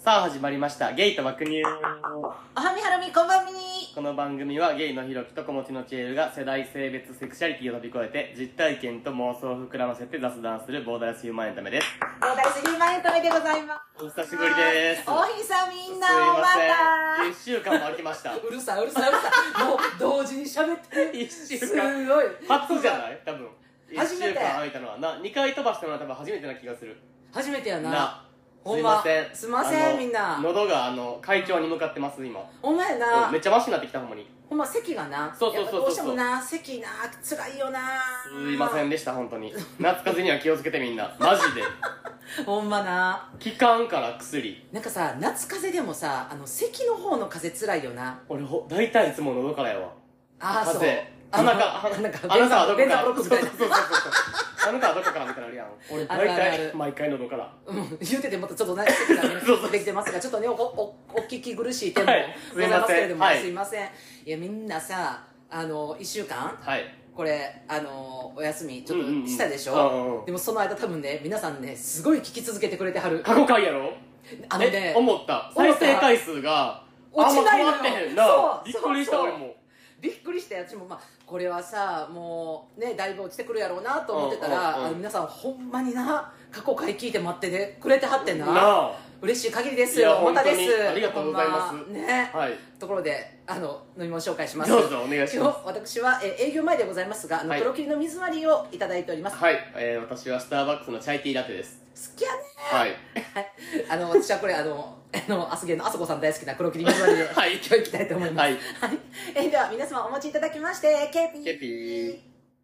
さあ始まりましたゲイと爆乳。 おはみはるみこんばんみに。 この番組はゲイのひろきと子持ちのちえるが世代性別セクシャリティを飛び越えて実体験と妄想を膨らませて雑談するボーダレスヒューマンエンタメです。 ボーダレスヒューマンエンタメでございます。 お久しぶりです。 おひさみんなおまた。 1週間も空きましたうるさいうるさいうるさい。もう同時に喋って 1週間すごい初じゃない多分初めて 1週間空いたのはな2回飛ばしたのは多分初めてな気がする初めてやな。 な。 ほんますいません。 すいませんみんな。 喉が会長に向かってます今。 お前な、 めっちゃマシになってきたほんまに。 ほんま咳がな、 そうそうそうそうやっぱどうしてもな咳な辛いよな。 すいませんでした本当に。夏風邪には気をつけてみんなマジで。 ほんまな。 効かんから薬。 なんかさ、夏風邪でもさ、咳の方の風邪辛いよな。 俺大体いつも喉からやわ。 ああそう。 鼻かなんかあなたはどこから。 ベンザブロックみたいな。 そうそうそうそう。あなたはどこからみたいなのあるやん。俺大体毎回喉から。 言うててまたちょっとね咳がねできてますが、ちょっとねお聞き苦しい点もございますけれども、すいません。いやみんなさ、1週間これお休みちょっとしたでしょ。でもその間多分ね皆さんねすごい聞き続けてくれてはる。 過去回やろ。思った再生回数が落ちないのよ。 あんま変わってへんな。びっくりした俺も。 びっくりしたやつも、これはさもうねだいぶ落ちてくるやろうなと思ってたら、皆さんほんまにな過去回聞いて待っててくれてはってんな。嬉しい限りですよ。またです。 ありがとうございますね。ところで飲み物紹介します。 どうぞお願いします。 私は営業前でございますが黒霧の水割りをいただいております。 はい、私はスターバックスのチャイティーラテです。 好きやね。 はい。 私はこれアスゲーのあそこさん大好きな黒霧水割りで今日行きたいと思います。では皆様お持ちいただきましてケピー。 ケピー。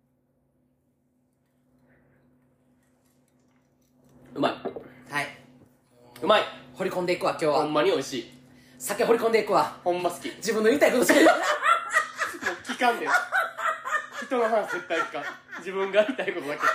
うまい。 はい。 うまい。 掘り込んでいくわ今日は。 ほんまに美味しい。 酒掘り込んでいくわ。 ほんま好き。 自分の言いたいことしか言わない。 もう聞かんで。人の話絶対聞かん。自分が言いたいことだけ。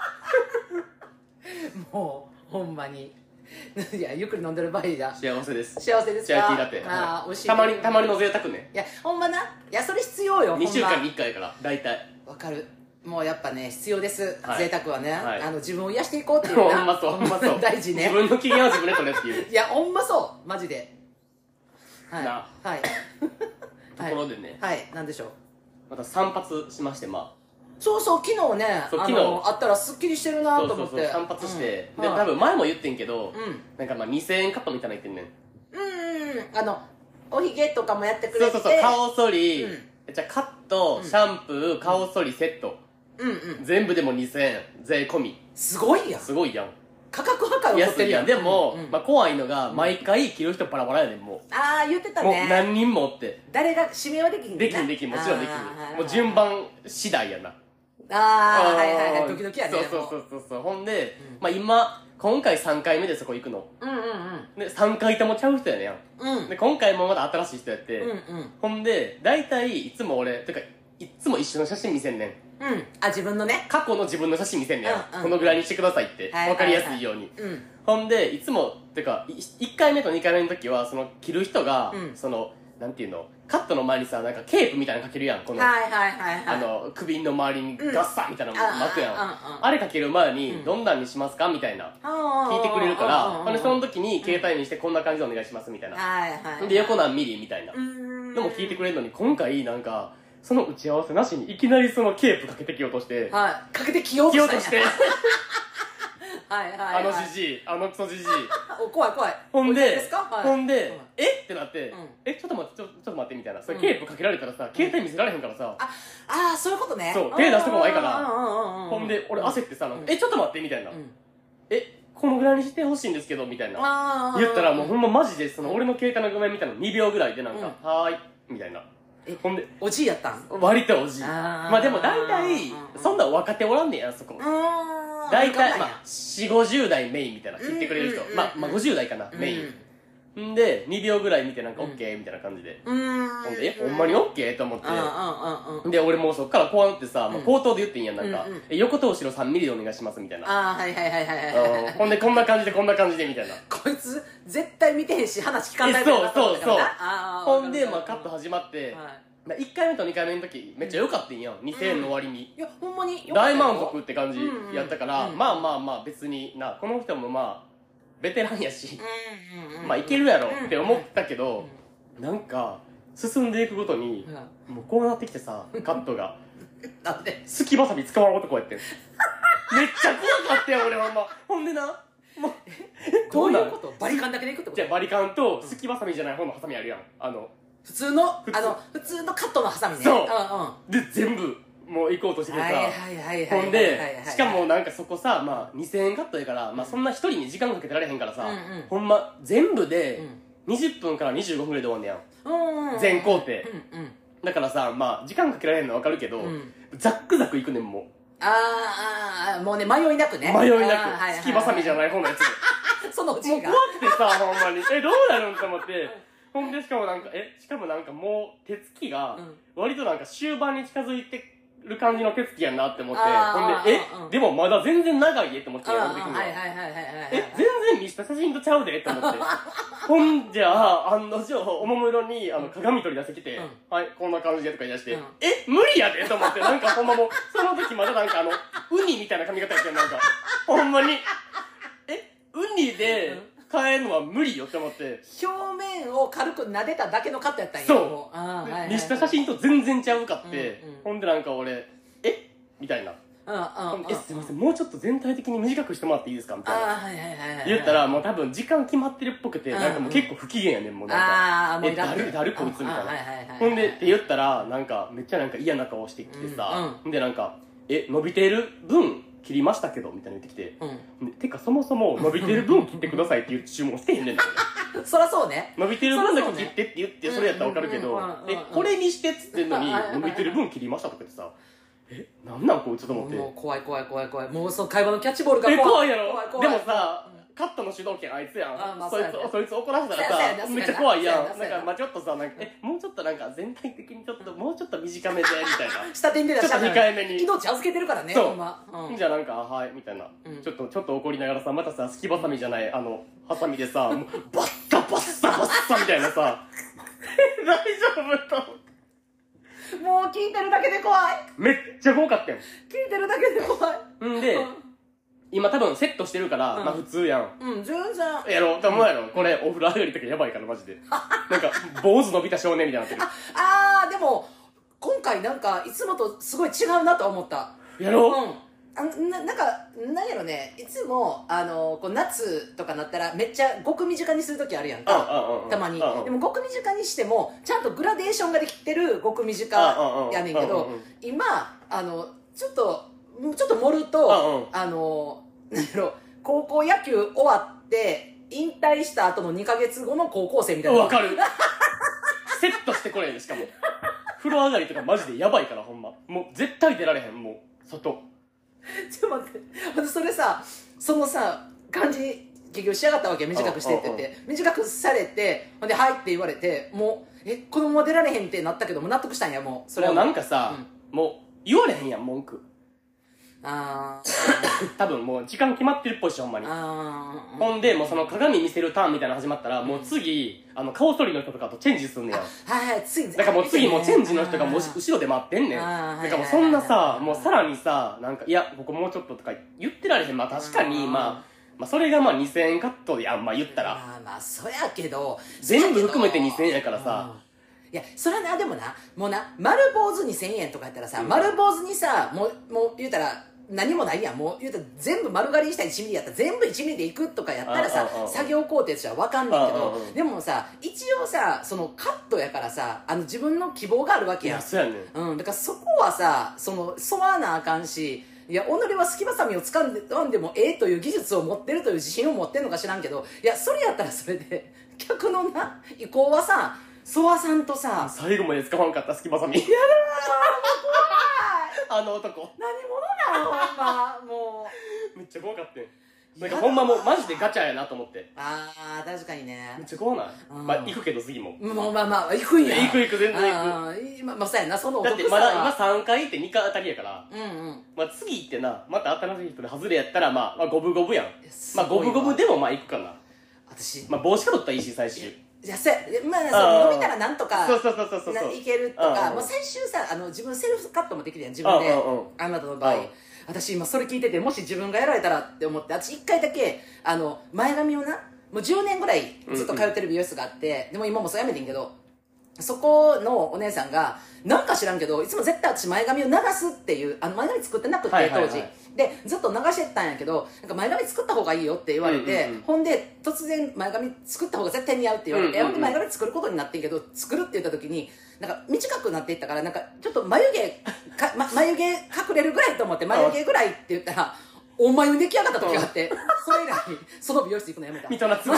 もうほんまに。いやゆっくり飲んでる場合じゃ幸せです。 幸せですか。 チャイティーラテ。 ああ美味しい。 たまにの贅沢ね。 いやほんまな。いやそれ必要よ。 2週間に1回やから大体。 わかる。もうやっぱね必要です。贅沢はね、自分を癒していこうっていうな。 ほんまそうほんまそう大事ね。 自分の機嫌は自分で取れっていう。 いやほんまそうマジで。はいはい。 ところでね。 はいなんでしょう。 また散髪しましてそうそう昨日ねあったらすっきりしてるなと思って。 散髪して、で多分前も言ってんけど、なんか2000円カットみたいなの言ってんねん。 おひげとかもやってくれて。 そう顔剃り、じゃカット、シャンプー、顔剃りセット、全部でも2000円税込み。 すごいやん。 すごいやん。 価格破壊を取ってるやん。 でも怖いのが毎回着る人バラバラやねん。もう言ってたね。 もう何人もおって誰が指名はできひんねんな。 できんもちろんできん。もう順番次第やな。 はい時々やね。 そうほんで今回3回目でそこ行くの。で3回ともちゃう人やねん。で今回もまだ新しい人やって、ほんで大体いつも俺てかいつも一緒の写真見せんねん。 自分のね過去の自分の写真見せんねん。このぐらいにしてくださいって分かりやすいように。ほんでいつもてか1回目と2回目の時はその着る人がそのなんていうのカットの前にさなんかケープみたいなのかけるやん。この首の周りにガッサーみたいなの巻くやん。あれかける前にどんなんにしますかみたいな聞いてくれるから、ほんでその時に携帯にしてこんな感じでお願いしますみたいな。で横何ミリみたいなでも聞いてくれるのに、今回なんかその打ち合わせなしにいきなりそのケープかけてきようとして、 かけてきようとしてあのじじい、あのクソじじい。 怖い怖い。 ほんでえってなって、ちょっと待ってみたいな。それケープかけられたらさ携帯見せられへんからさ。 そういうことね。 そう手出すとこないから。ほんで俺焦ってさ、ちょっと待ってみたいな。このぐらいにしてほしいんですけどみたいな言ったら、もうほんまマジでその俺の携帯の画面見たの2秒ぐらいでなんかはーいみたいな。ほんでおじいやったん。 割とおじい。でも大体そんな若手おらんねんやそこ。大体4、50代メインみたいな言ってくれる人。50代かなメイン。んで2秒ぐらい見てなんか OK みたいな感じで。ほんでほんまに OK と思って。で俺もうそっからこうなってさ口頭で言ってんやん。なんか横と後ろ3ミリでお願いしますみたいな。ほんでこんな感じでみたいな。 こいつ絶対見てへんし話聞かないからなと思ったからな。 ほんでカット始まって1回目と2回目の時めっちゃ良かったんやん。2000円の割に。 いやほんまに大満足って感じやったから、まあ別になこの人もベテランやし、まあいけるやろって思ったけど、なんか進んでいくごとに、もうこうなってきてさ、カットがなんですきばさみ使わんことこうやってめっちゃ怖かったよ俺ほんま。ほんでな、もうどういうこと？バリカンだけでいくってこと？ じゃあバリカンとすきばさみじゃない方のハサミあるやん、 普通のカットのハサミね。 そうで全部もう行こうとしててさ、ほんでしかもなんかそこさ、まあ2000円カットやから、まあそんな一人に時間かけてられへんからさ、ほんま全部で20分から25分ぐらいで終わんねやん、全工程。だからさ、まあ時間かけられへんの分かるけど、ザックザクいくねん。もうもうね、迷いなくね、 迷いなくすきばさみじゃない方のやつでそのうちがもう怖くてさ、ほんまにどうなるんと思って。ほんでしかもなんかもう手つきが割となんか終盤に近づいてる感じの手つきやなって思って、ほんででもまだ全然長いって思って、全然見した写真とちゃうでって思ってほんじゃあ案の定おもむろに鏡取り出してきて、はいこんな感じでとか言い出して、無理やでと思って、なんかほんまもうその時まだなんかウニみたいな髪型やってん、なんかほんまにウニで変えるのは無理よって思って、 表面を軽く撫でただけのカットやったんや。 そう見した写真と全然ちゃうかって、ほんでなんか俺みたいな、すいませんもうちょっと全体的に短くしてもらっていいですかみたいな言ったら、もう多分時間決まってるっぽくて、なんかもう結構不機嫌やねん、もうなんかだるこいつみたいな。ほんでって言ったらなんかめっちゃなんか嫌な顔してきてさ、ほんでなんか伸びてる分切りましたけどみたいな言ってきて、てかそもそも伸びてる分切ってくださいっていう注文してへんねんだよそらそうね、 伸びてる分だけ切ってって言ってそれやったら分かるけど、これにしてっつってんのに伸びてる分切りましたとか言ってさ、なんなんこいつと思って、 もう怖いもうその会話のキャッチボールが怖いやろ。でもさカットの主導権あいつやん、そいつ怒らせたらさめっちゃ怖いやん。なんかまあちょっとさ、なんかもうちょっとなんか全体的にちょっともうちょっと短めでみたいな下手に出たちょっと控えめに命預けてるからね。 そうじゃあなんかはいみたいな、ちょっと怒りながらさ、またさすきばさみじゃないハサミでさもうバッサみたいなさ大丈夫と思って、 もう聞いてるだけで怖い。 めっちゃ怖かったよ。 聞いてるだけで怖い。 んで今多分セットしてるから、まあ普通やん。 全然。 やろ、と思うやろ。これお風呂上がりとかやばいからマジで。なんか、坊主伸びた少年みたいになってる。 でも、今回なんか、いつもとすごい違うなと思った。 やろなんか、なんやろね、いつも、こう夏とかなったら、めっちゃ極短にするときあるやんか。たまに。でも極短にしても、ちゃんとグラデーションができてる極短やねんけど、今、ちょっと盛ると、なんやろ、高校野球終わって、引退した後の2ヶ月後の高校生みたいな。 わかる。セットしてこれしかも。風呂上がりとかマジでやばいから、ほんま。もう絶対出られへん、もう、外。 ちょっと待って。それさ、そのさ、感じ、結局仕上がったわけ。短くしてって言って。短くされて、ほんで、はいって言われて、もう、このまま出られへんってなったけども、納得したんや、もう。 それはなんかさ、もう、言われへんやん、文句。多分もう時間決まってるっぽいし、ほんまに。ほんでもうその鏡見せるターンみたいなの始まったら、もう次顔取りの人とかとチェンジすんねや。だからもう次もうチェンジの人がもう後ろで待ってんねん。だからもうそんなさ、もうさらにさ、なんかいやここもうちょっととか言ってられへん。まあ確かにまあそれがまあ2000円カットでやん、まあ言ったらまあそやけど全部含めて2000円やからさ、 いや、それはな、でもな、もうな、丸坊主に1000円とかやったらさ、丸坊主にさ、もう言うたら、何もないやん。もう言うたら全部丸刈りにした1ミリやったら全部1ミリでいくとかやったらさ、作業工程としては分かんないけど、でもさ、一応さ、そのカットやからさ、自分の希望があるわけやん。 いや、そうやねん。だからそこはさ、沿わなあかんし、いや、己はすきばさみを掴んでもええという技術を持ってるという自信を持ってんのか知らんけど、いや、それやったらそれで、客のな、意向はさ、ソワさんとさ、 最後まで使わんかったすきばさみ。やだー、もう怖い。あの男。 何者なの、ほんま、もう。めっちゃ怖かったよ。なんかほんまもうマジでガチャやなと思って。 確かにね。 めっちゃ怖ない？まあ行くけど次も。 もうまあ行くんや。 行く全然行く。まあそうやな、その男さ。 だってまだ今3回行って2回当たりやから。まあ次行ってな、また新しい人で外れやったらまあ五分五分やん。まあ五分五分でもまあ行くかな。 私。 まあ帽子かぶったらいいし最終。 いや、まあ、伸びたらなんとかいけるとか、もう最終さ、自分セルフカットもできるやん、自分で。あなたの場合。 私今それ聞いてて、もし自分がやられたらって思って、私1回だけ前髪をな、もう10年ぐらいずっと通ってる美容室があって、でも今もそうやめてんけど、そこのお姉さんがなんか知らんけどいつも絶対私前髪を流すっていう、前髪作ってなくて当時、でずっと流してたんやけど、なんか前髪作った方がいいよって言われて、ほんで突然前髪作った方が絶対似合うって言われて、ほんで前髪作ることになってんけど、作るって言った時になんか短くなっていったから、なんかちょっと眉毛隠れるぐらいと思って眉毛ぐらいって言ったら、お眉出来上がった時があって、それ以来その美容室行くのやめた。 水戸夏目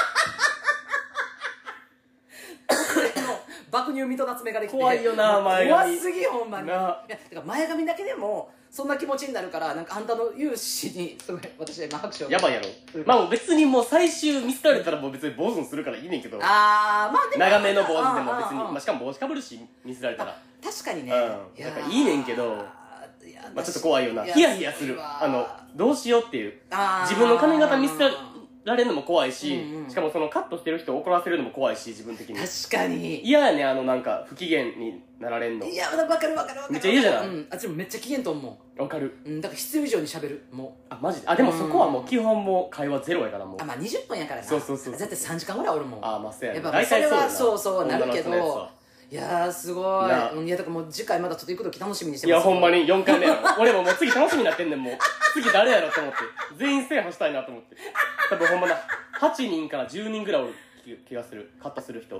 爆乳水戸夏目ができて怖いよな、前髪怖すぎほんまに。いやだから前髪だけでもそんな気持ちになるから、なんかあんたの勇姿にすごい私は今拍手を。 やばいやろ。まあ別にもう最終見せられたらもう別に坊主にするからいいねんけど、 まあでも長めの坊主でも別に、まあ、しかも帽子かぶるし見せられたら確かにね、 なんかいいねんけど、まあちょっと怖いよな。ヒヤヒヤする。どうしようっていう。自分の髪型見せられるのも怖いし、しかもそのカットしてる人を怒らせるのも怖いし、自分的に。 確かに。 嫌やね、なんか不機嫌になられんの。 いや、わかる。 めっちゃ嫌じゃない？ 私もめっちゃ機嫌と思う。わかる。 だから必要以上に喋る。もう。 マジで？でもそこはもう基本もう会話ゼロやからもう。 まあ20分やからな。 そう。 絶対3時間ぐらいおるもん。 まあそうやね。 やっぱそれはそうなるけど。いやすごい。いやだからもう次回まだちょっと行く時楽しみにしてます。 いやほんまに4回目やろ。俺ももう次楽しみになってんねん。もう次誰やろと思って全員制覇したいなと思って。多分ほんまな8人から10人ぐらいおる気がする。カットする人。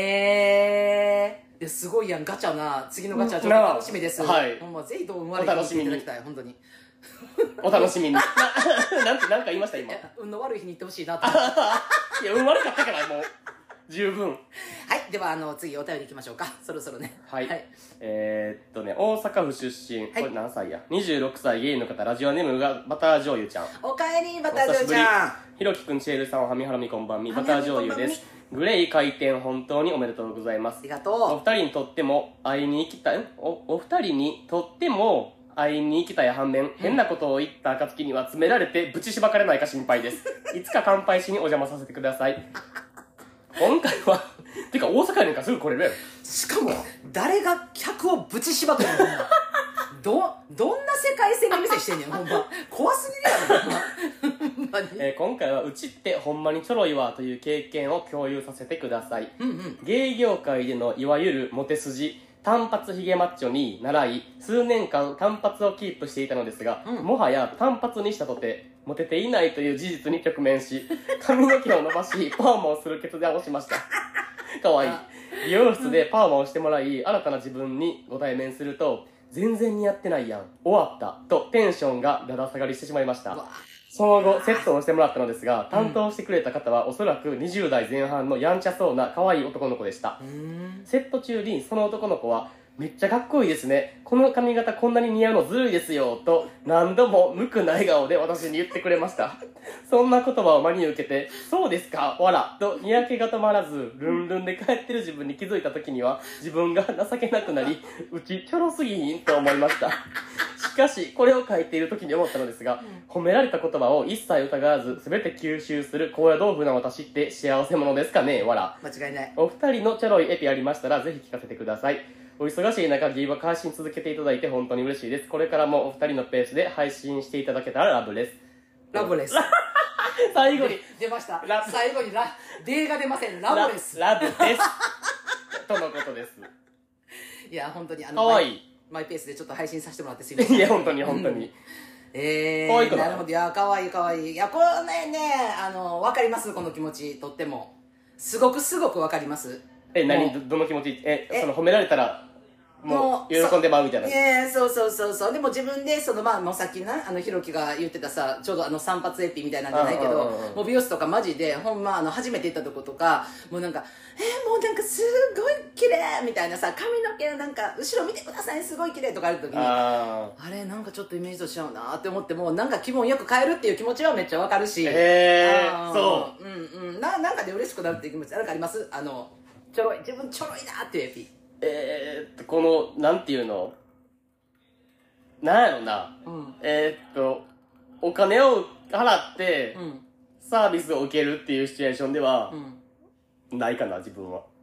すごいやん。ガチャな。次のガチャちょっと楽しみです。はい。ほんまぜひどう運悪い日に行っていただきたい。本当にお楽しみに。なんか言いました今。 運の悪い日に行ってほしいなと。 いや運悪かったからもう十分。 はい、では次お便りいきましょうか。そろそろね。 はい。大阪府出身、これ何歳や ?26 歳ゲイの方、ラジオネームがバター醤油ちゃん。 おかえりバター醤油ちゃん。 ひろきくん、チェールさん、はみはらみこんばんみ、バター醤油です。グレイ開店本当におめでとうございます。 ありがとう。 お二人にとっても会いに行きたい、お二人にとっても会いに行きたい反面、変なことを言った暁には詰められてぶちしばかれないか心配です。いつか乾杯しにお邪魔させてください。今回はてか大阪やねんからすぐ来れるやろ。 しかも誰が客をぶちしばくのほんまどんな世界線の店してんねんほんま。怖すぎるやろほんまに。 今回はうちってほんまにちょろいわという経験を共有させてください。芸業界でのいわゆるモテ筋単発ヒゲマッチョに習い数年間単発をキープしていたのですが、もはや単発にしたとてモテていないという事実に直面し、髪の毛を伸ばしパーマをする決断をしました。かわいい。美容室でパーマをしてもらい、新たな自分にご対面すると、全然似合ってないやん、終わったとテンションがだだ下がりしてしまいました。その後セットをしてもらったのですが、担当してくれた方はおそらく20代前半のやんちゃそうな可愛い男の子でした。セット中にその男の子は、めっちゃかっこいいですね、この髪型こんなに似合うのずるいですよと何度も無垢な笑顔で私に言ってくれました。そんな言葉を真に受けて、そうですかわらとにやけが止まらずルンルンで帰ってる自分に気づいた時には、自分が情けなくなり、うちちょろすぎひんと思いました。しかしこれを書いている時に思ったのですが、褒められた言葉を一切疑わず全て吸収する高野豆腐な私って幸せ者ですかねわら。 間違いない。 お二人のちょろいエピありましたらぜひ聞かせてください。お忙しい中、ギーバ配信続けていただいて本当に嬉しいです。これからもお二人のペースで配信していただけたらラブです。 ラブです。 最後に出ました。最後にデーが出ません。ラブです。 ラブです。とのことです。 いや本当にかわいい。 マイペースでちょっと配信させてもらってすいません。 いや本当に本当に。 かわいいかな。なるほど。いやかわいい。いやこれねわかります。この気持ちとってもすごくわかります。 どの気持ち？その褒められたらもう喜んでまうみたいな。 そうでも自分でもうさっきなひろきが言ってたさ、ちょうど散髪エピみたいなんじゃないけど、もう美容室とかマジでほんま初めて行ったとことか、もうなんかもうなんかすごい綺麗みたいなさ、髪の毛なんか後ろ見てくださいすごい綺麗とかある時に、あれなんかちょっとイメージとしちゃうなって思って、もなんか気分よく変えるっていう気持ちはめっちゃわかるし、そうなんかで嬉しくなるっていう気持ちなんかあります？自分ちょろいなっていうエピ。 この、なんていうのなんやろな。お金を払って、サービスを受けるっていうシチュエーションでは、ないかな、自分は。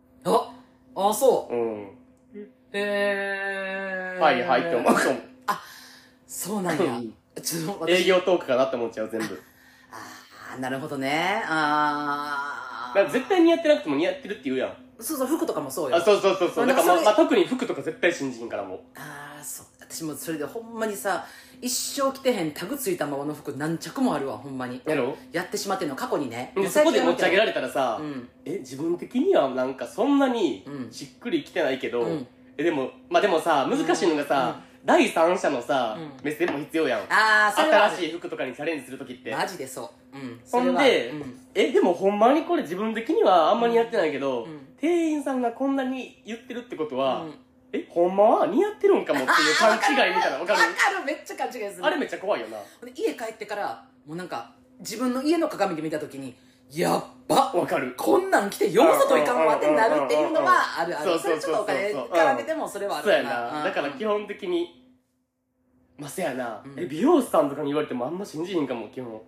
そう。 はいって思う。 そうなんや。 営業トークかなって思っちゃう、全部。 ああ、なるほどね。ああ。絶対似合ってなくても似合ってるって言うやん。 そうそう、服とかもそうよ。 あ、そう。だからまあ特に服とか絶対信じんからもう。 ああ、そう。私もそれでほんまにさ、一生着てへんタグついたままの服何着もあるわ、ほんまに。やってしまってんの、過去にね。 そこで持ち上げられたらさ、自分的にはなんかそんなにしっくりきてないけど、でもさ、難しいのがさ、第三者のさ、目線も必要やん。新しい服とかにチャレンジするときって。 マジでそう。 ほんで、でもほんまにこれ自分的にはあんまりやってないけど、店員さんがこんなに言ってるってことは、ほんまは似合ってるんかもっていう勘違いみたいな。わかる？ めっちゃ勘違いする。 あれめっちゃ怖いよな。 家帰ってから、もうなんか、自分の家の鏡で見たときに、やっばわかる。 こんなん着てよそといかんわってなるっていうのはあるある。それちょっとお金絡めてもそれはあるそうやな。だから基本的に、まあ、せやな、美容師さんとかに言われてもあんま信じひんかも、基本。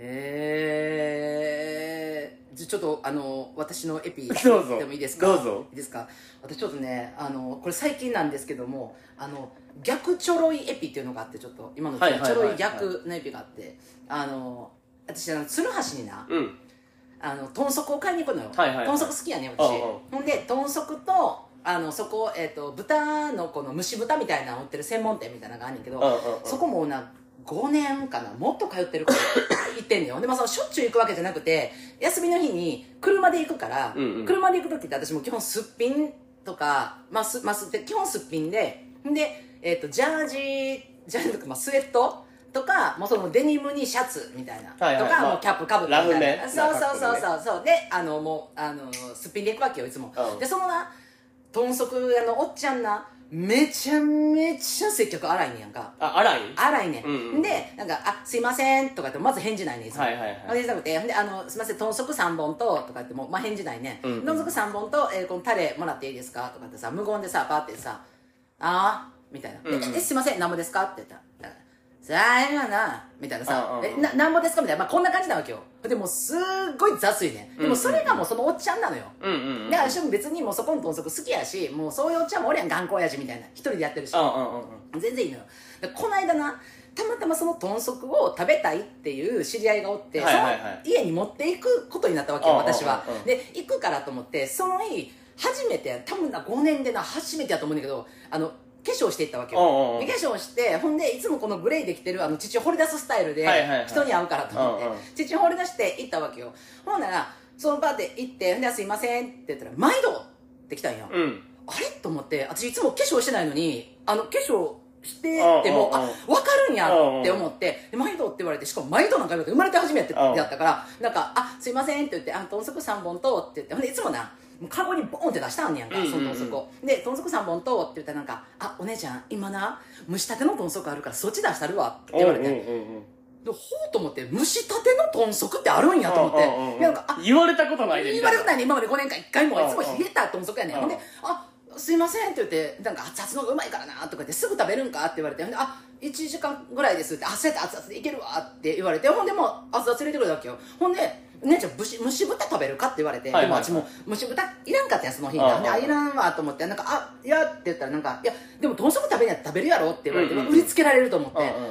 ちょっと私のエピどうぞでもいいですか？ どうぞ。 いいですか？私ちょっとね、これ最近なんですけども、逆ちょろいエピっていうのがあって、ちょっと今のちょろい逆のエピがあって、私鶴橋にな、豚足を買いに行くのよ。豚足好きやね、私。ほんで、豚足と、そこ、豚のこの蒸し豚みたいなの売ってる専門店みたいなのがあんねんけど、そこもな、5年かな、もっと通ってるから行ってんねんよ。でもしょっちゅう行くわけじゃなくて、休みの日に車で行くから、車で行く時って私も基本すっぴんとか、基本すっぴんで、ジャージとか、スウェットとか、もうそのデニムにシャツみたいな、とか、もうキャップかぶってみたいな。そう。で、すっぴんで行くわけよ、いつも。で、そのな、豚足屋のおっちゃんな、めちゃめちゃ接客荒いねやんか。荒いねん。で、なんか、すいませんとか言って、まず返事ないねん、いつも。返事なくて、すいません、豚足3本と、とか言っても、返事ないねん。豚足3本と、このタレもらっていいですかとかってさ、無言でさ、パーってさ、みたいな。すいません、なんぼですかって言ったら、さあ、今な、みたいなさ、なんぼですかみたいな、こんな感じなわけよ。でも、すっごい雑いね。でも、それがもうそのおっちゃんなのよ。だから私も別にもうそこの豚足好きやし、もうそういうおっちゃんもおりやん、頑固親父みたいな。一人でやってるし。全然いいのよ。この間な、たまたまその豚足を食べたいっていう知り合いがおって、その家に持っていくことになったわけよ、私は。で、行くからと思って、その日、初めて、多分な、5年でな、初めてやと思うんだけど、化粧していったわけよ。化粧して、ほんで、いつもこのグレーで着てる父掘り出すスタイルで、人に会うからと思って、父掘り出して行ったわけよ。ほんなら、その場で行って、ほんで、すいませんって言ったら、毎度って来たんや。あれと思って、私いつも化粧してないのに、化粧してっても、わかるんやって思って、毎度って言われて、しかも毎度なんか言われて、生まれて初めてやったから、なんか、すいませんって言って、豚足3本と、って言って、ほんで、いつもな、カゴにボーンって出したんねやんか、その豚足を。で、豚足3本と、って言ったらなんか、お姉ちゃん、今な、蒸したての豚足あるから、そっち出したるわ、って言われて。ほうと思って、蒸したての豚足ってあるんやと思って。なんか、 言われたことないね。 言われたことないね、今まで5年間1回も、いつも冷えた豚足やねん。ほんで、すいませんって言って、なんか熱々のがうまいからな、とか言って、すぐ食べるんかって言われて、ほんで、1時間ぐらいですって、そうやって熱々でいけるわって言われて、ほんでもう熱々入れてくれたわけよ。ほんで、姉ちゃん蒸し豚食べるかって言われて、でも私も蒸し豚いらんかったやん、その日に。いらんわと思って、なんか、いやって言ったらなんか、いや、でも豚足食べるやつ食べるやろって言われて、売りつけられると思って、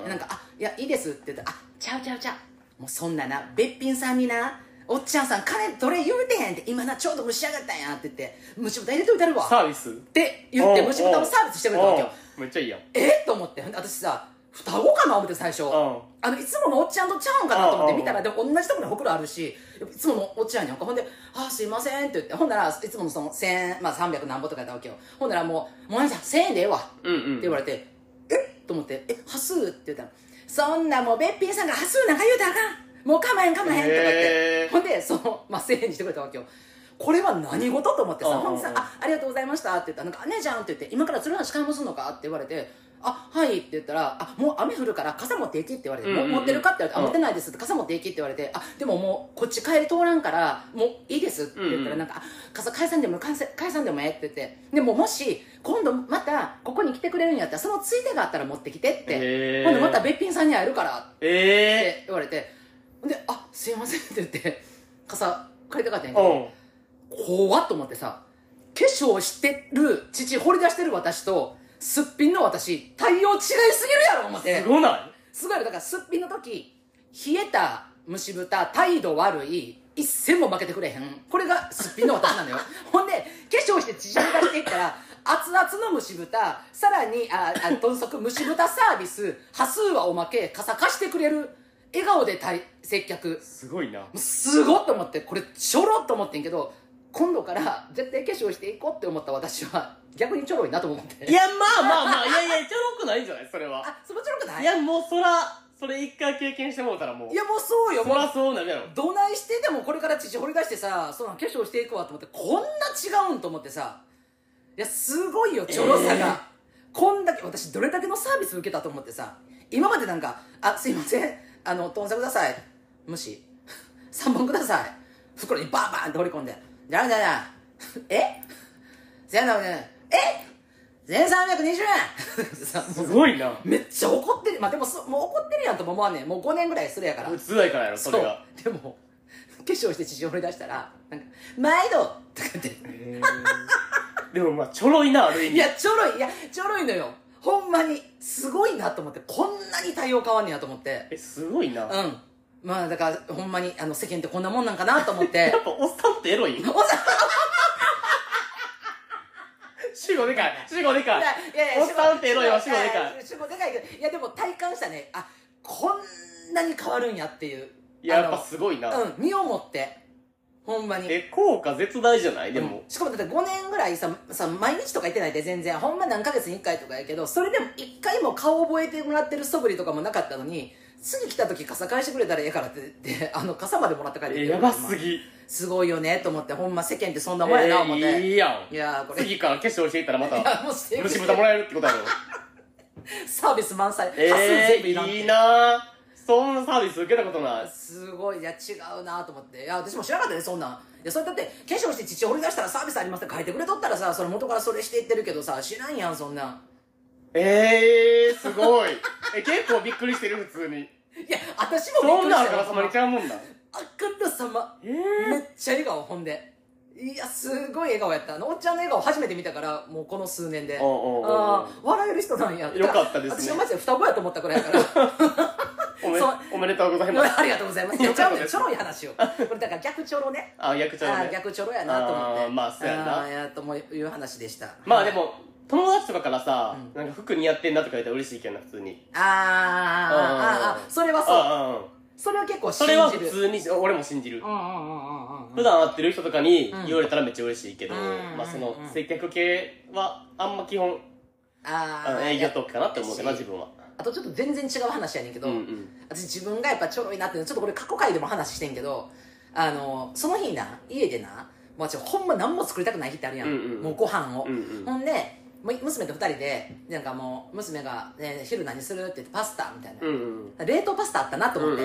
なんか、いや、いいですって言ったら、ちゃう。もうそんなな、べっぴんさんにな、おっちゃんさん金どれ言うてへんって、今なちょうど蒸し上がったんやって言って、蒸し豚入れといたるわサービスって言って蒸し豚をサービスしてくれたわけよ。 めっちゃいいやん。 と思って、私さ、双子かな思って最初、いつものおっちゃんとちゃうんかなと思って見たら、でも同じところにほくろあるし、いつものおっちゃんやんか。ほんで、すいませんって言って、ほんならいつものその1000、300何ぼとかやったわけよ。ほんならもうお姉ちゃん1000円でええわって言われて、と思って、端数って言ったら、そんなもうべっぴんさんが端数なんか言うたらあかん、もうかまへんとか言って、ほんで1000円にしてくれたわけよ。これは何事と思ってさ、ほんでさ、ありがとうございましたって言ったら、なんか、姉ちゃんって言って、今から鶴橋買い物するのかって言われて、はいって言ったら、もう雨降るから傘持って行きって言われて、持ってるかって言われて、持ってないですって、傘持って行きって言われて、でももうこっち帰り通らんからもういいですって言ったら、なんか、傘返さんでも返さんでもええって言って、でももし今度またここに来てくれるんやったら、そのついでがあったら持ってきてって、今度またべっぴんさんに会えるからって言われて、で、すいませんって言って傘借りたかったんやけど、怖っと思ってさ、化粧してる父掘り出してる私とすっぴんの私対応違いすぎるやろ思って。 すごない？ すごいよ。だからすっぴんの時冷えた蒸し豚態度悪い一銭も負けてくれへん、これがすっぴんの私なのよほんで化粧して縮み出していったら熱々の蒸し豚、さらに豚足蒸し豚サービス、端数はおまけ、傘貸してくれる、笑顔で接客。 すごいな。 すごっと思って、これちょろっと思ってんけど、今度から絶対化粧していこうって思った私は逆にちょろいなと思って。 いや、まあ、いや、ちょろくないんじゃない？それは。 それちょろくない？ いや、もうそれ一回経験してもうたらもう。 いや、もうそうよ。 そらそうなるやろ。 どないしてでもこれから乳掘り出してさ、その化粧していくわと思って、こんな違うんと思ってさ。いや、すごいよ、ちょろさが。こんだけ、私どれだけのサービス受けたと思ってさ、今までなんか、すいません、豚足ください。無視。3本ください。袋にバーバーンって放り込んで。じゃあ、1320円すごいな。 めっちゃ怒ってる。まあ、でももう怒ってるやんとも思わんねん。もう5年ぐらいするやから。 普通やからやろ、それが。 でも、化粧して乳掘り出したら、なんか、毎度とか言って。 でもまあ、ちょろいな、ある意味。 いや、ちょろいのよ。ほんまに。すごいなと思って、こんなに対応変わんねやと思って。 すごいな。 うん。まあ、だから、ほんまに、世間ってこんなもんなんかなと思って。 やっぱ、おっさんってエロい？おっさん主語でかい。おっさんってエロいわ、主語でかい。 主語でかいけど、いや、でも体感したね。こんなに変わるんやっていう。 いや、やっぱすごいな。 身をもって。ほんまに。 効果絶大じゃない？でも。 しかもだって5年ぐらいさ、毎日とか言ってないで全然。ほんま何ヶ月に1回とかやけど、それでも1回も顔覚えてもらってる素振りとかもなかったのに、次来た時傘返してくれたらええからって言って、傘までもらって帰ってくれる。 やばすぎ。 すごいよねと思って、ほんま世間ってそんなもんやな思って。 いいやん。 いやこれ。 次から化粧していったらまた、蒸し豚もらえるってことやろ。 サービス満載。端数全部いらん。 いいなぁ。そんなサービス受けたことない。 すごい、いや違うなと思って。いや、私も知らなかったね、そんなん。いや、それだって、化粧して乳掘り出したらサービスありますって書いてくれとったらさ、それ元からそれしていってるけどさ、知らんやん、そんなん。 すごい。結構びっくりしてる、普通に。 いや、私もびっくりしたよ。 そんなあからさまにちゃうもんだ。 あからさま。めっちゃ笑顔、ほんで。いや、すごい笑顔やった。おっちゃんの笑顔初めて見たから、もうこの数年で。笑える人なんや。 よかったですね。 私のマジで双子やと思ったくらいやから。 おめでとうございます。 ありがとうございます。ちょろい話を。これだから逆ちょろね。 逆ちょろね。 逆ちょろやなと思って。 まあ、そうやな。 という話でした。 まあでも、友達とかからさ、なんか服似合ってんなとか言ったら嬉しいけどな、普通に。 それはそう。それは結構信じる。 それは普通に、俺も信じる。普段会ってる人とかに言われたらめっちゃ嬉しいけど、まあその、接客系はあんま基本、営業トークかなって思うけどな、自分は。 あとちょっと全然違う話やねんけど、私自分がやっぱちょろいなって、ちょっとこれ過去回でも話してんけど、その日な、家でな、もうほんま何も作りたくない日ってあるやん。もうご飯を。ほんで、娘と2人で、なんかもう、娘が、昼何するって言って、パスタみたいな。冷凍パスタあったなと思って。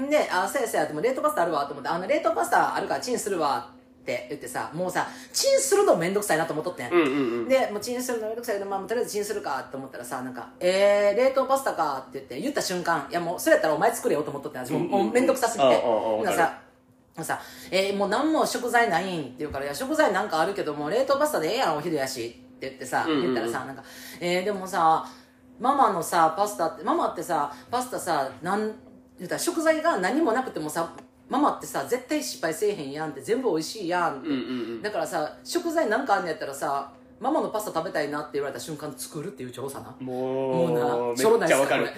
んで、せやせやって、も冷凍パスタあるわと思って、冷凍パスタあるからチンするわって言ってさ、もうさ、チンするのめんどくさいなと思っとってん。で、もうチンするのめんどくさいけど、まあ、とりあえずチンするかって思ったらさ、なんか、冷凍パスタかって言った瞬間、いやもう、それやったらお前作れよと思っとってん。私もうめんどくさすぎて。ほんならさ、もう何も食材ないんって言うから、いや、食材なんかあるけども、冷凍パスタでええやん、お昼やし。って言ってさ、言ったらさ、なんか、でもさ、ママのさ、パスタって、ママってさ、パスタさ、言ったら食材が何もなくてもさ、ママってさ、絶対失敗せえへんやんって、全部美味しいやんって。だからさ、食材なんかあんねやったらさ、ママのパスタ食べたいなって言われた瞬間作るっていうちょろさな。もうな、ちょろないっすか、これ。めっ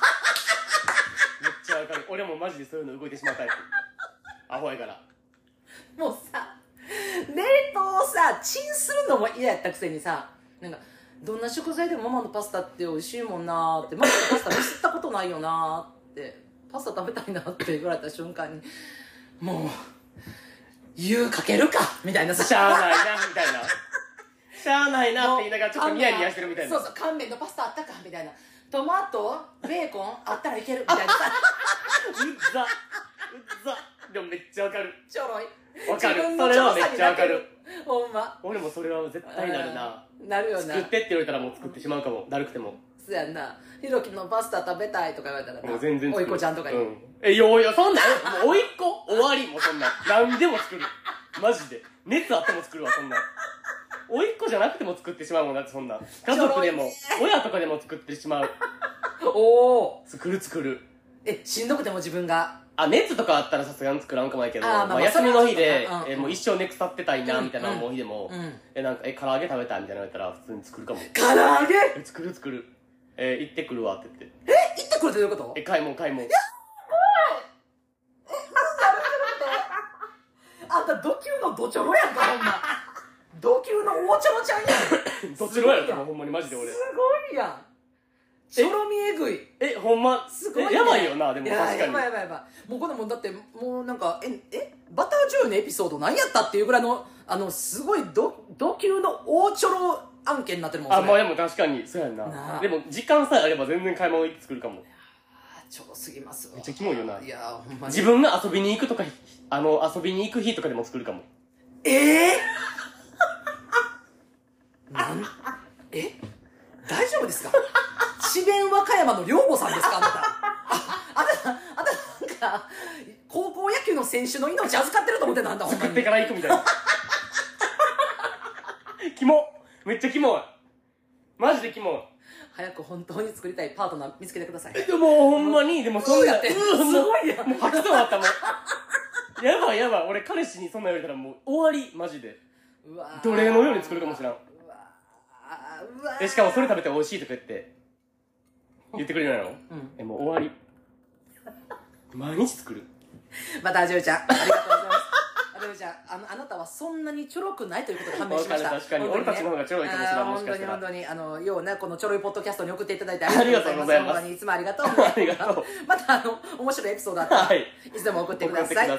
ちゃわかる。俺もマジでそういうの動いてしまうタイプ。アホやから。 もうさ、冷凍をさ、チンするのも嫌やったくせにさ、なんか、どんな食材でもママのパスタって美味しいもんなーって、ママのパスタミスったことないよなーって、パスタ食べたいなって言われた瞬間に、もう、湯かけるかみたいなさ。 しゃあないな、みたいな。しゃあないなって言いながらちょっとニヤニヤしてるみたいな。 そうそう、乾麺のパスタあったかみたいな。トマト、ベーコンあったらいけるみたいなさ。 うざ。でもめっちゃわかる。 ちょろい。 わかる。それはめっちゃわかる。 ほんま。 俺もそれは絶対なるな。 なるよな。 作ってって言われたらもう作ってしまうかも。だるくても。 そうやんな。ひろきのパスタ食べたいとか言われたらな。 もう全然作る。 おいこちゃんとかに。 いや、そんなんもうおいっ子終わりもうそんなん。何でも作る。マジで。熱あっても作るわ、そんなん。 おいっ子じゃなくても作ってしまうもんだって、そんな家族でも親とかでも作ってしまう。 おお、 作る。 しんどくても自分が熱とかあったらさすがに作らんかもやけど、休みの日でもう一生寝腐ってたいなみたいな思う日でも、なんか唐揚げ食べたいみたいなの言ったら普通に作るかも。 唐揚げ作る。行ってくるわって言って。 行ってくるってどういうこと？ 買い物。 あんたド級のドチョロやんか、ほんま。ド級の大チョロちゃんやん。 ドチョロやったもん、ほんまにマジで俺。 すごいやん。チョロミえぐい。 ほんま、すごい、やばいよな、でも確かに。 やばい。もうこれもだって、もうなんか、バター醤油のエピソード何やったっていうぐらいの、すごいド級の大チョロ案件になってるもん。 でも確かに、そうやんな。でも、時間さえあれば全然買い物行って作るかも。 ちょろすぎますわ。 めっちゃキモいよな。 いやほんまに。 自分が遊びに行くとか、遊びに行く日とかでも作るかも。 大丈夫ですか？智弁和歌山の寮母さんですか、あなた。あなたなんか、高校野球の選手の命預かってると思ってなんだ、ほんまに。 作ってから行くみたいな。キモ！めっちゃキモい。マジでキモい。 早く本当に作りたいパートナー見つけてください。 でもほんまに、でもそんな、 すごいやん。 もう吐きそうだったもん。やばい。俺彼氏にそんな言われたらもう終わり、マジで。奴隷のように作るかもしれん。しかもそれ食べて美味しいとか言ってくれるやろ？もう終わり。毎日作る。 また、あじゅうちゃん、ありがとうございます。あじゅうちゃん、あなたはそんなにちょろくないということが判明しました。 確かに。俺たちの方がちょろいかもしれない。 本当に、ようね、このちょろいポッドキャストに送っていただいてありがとうございます。 本当にいつもありがとう。 ありがとう。 また、面白いエピソードあったら、いつでも送ってください。はい、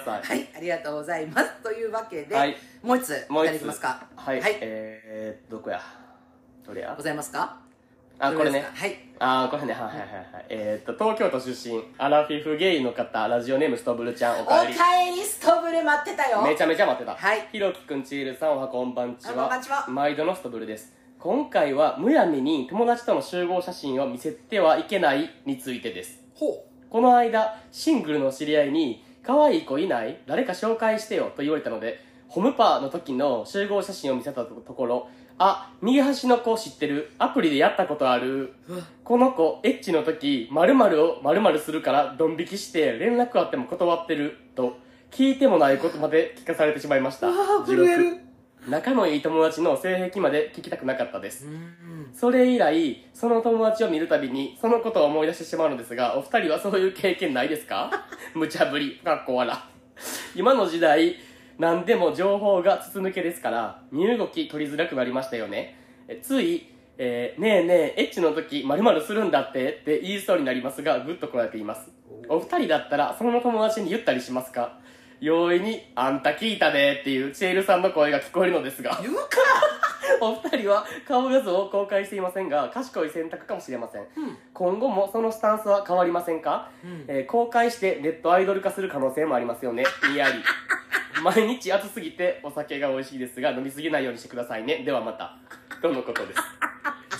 ありがとうございます。というわけで、もう一つ、いただきますか。 はい。どこや？どれや？ ございますか？ これね。 はい。 これね、東京都出身、アラフィフゲイの方、ラジオネームストブルちゃん、おかえり。 おかえり、ストブル待ってたよ。 めちゃめちゃ待ってた。 はい。 ひろきくん、ちーるさん、おはこんばんちは。 こんばんちは。 毎度のストブルです。今回は、むやみに友達との集合写真を見せてはいけないについてです。この間、シングルの知り合いに、可愛い子いない？誰か紹介してよと言われたので、ホムパーの時の集合写真を見せたところ、右端の子知ってる？アプリでやったことある？この子、エッチの時、〇〇を〇〇するからドン引きして連絡あっても断ってると、聞いてもないことまで聞かされてしまいました。 震える。 仲のいい友達の性癖まで聞きたくなかったです。それ以来、その友達を見るたびに、そのことを思い出してしまうのですが、お二人はそういう経験ないですか？無茶ぶり、かっこ笑。今の時代、何でも情報が筒抜けですから、身動き取りづらくなりましたよね。つい、ねえねえ、エッチの時、〇〇するんだって言いそうになりますが、ぐっとこられています。お二人だったら、その友達に言ったりしますか？容易に、あんた聞いたでっていうチェールさんの声が聞こえるのですが。 言うかお二人は顔画像を公開していませんが、賢い選択かもしれません。今後もそのスタンスは変わりませんか？公開してネットアイドル化する可能性もありますよね。にやり。毎日暑すぎてお酒が美味しいですが、飲みすぎないようにしてくださいね。ではまた。とのことです。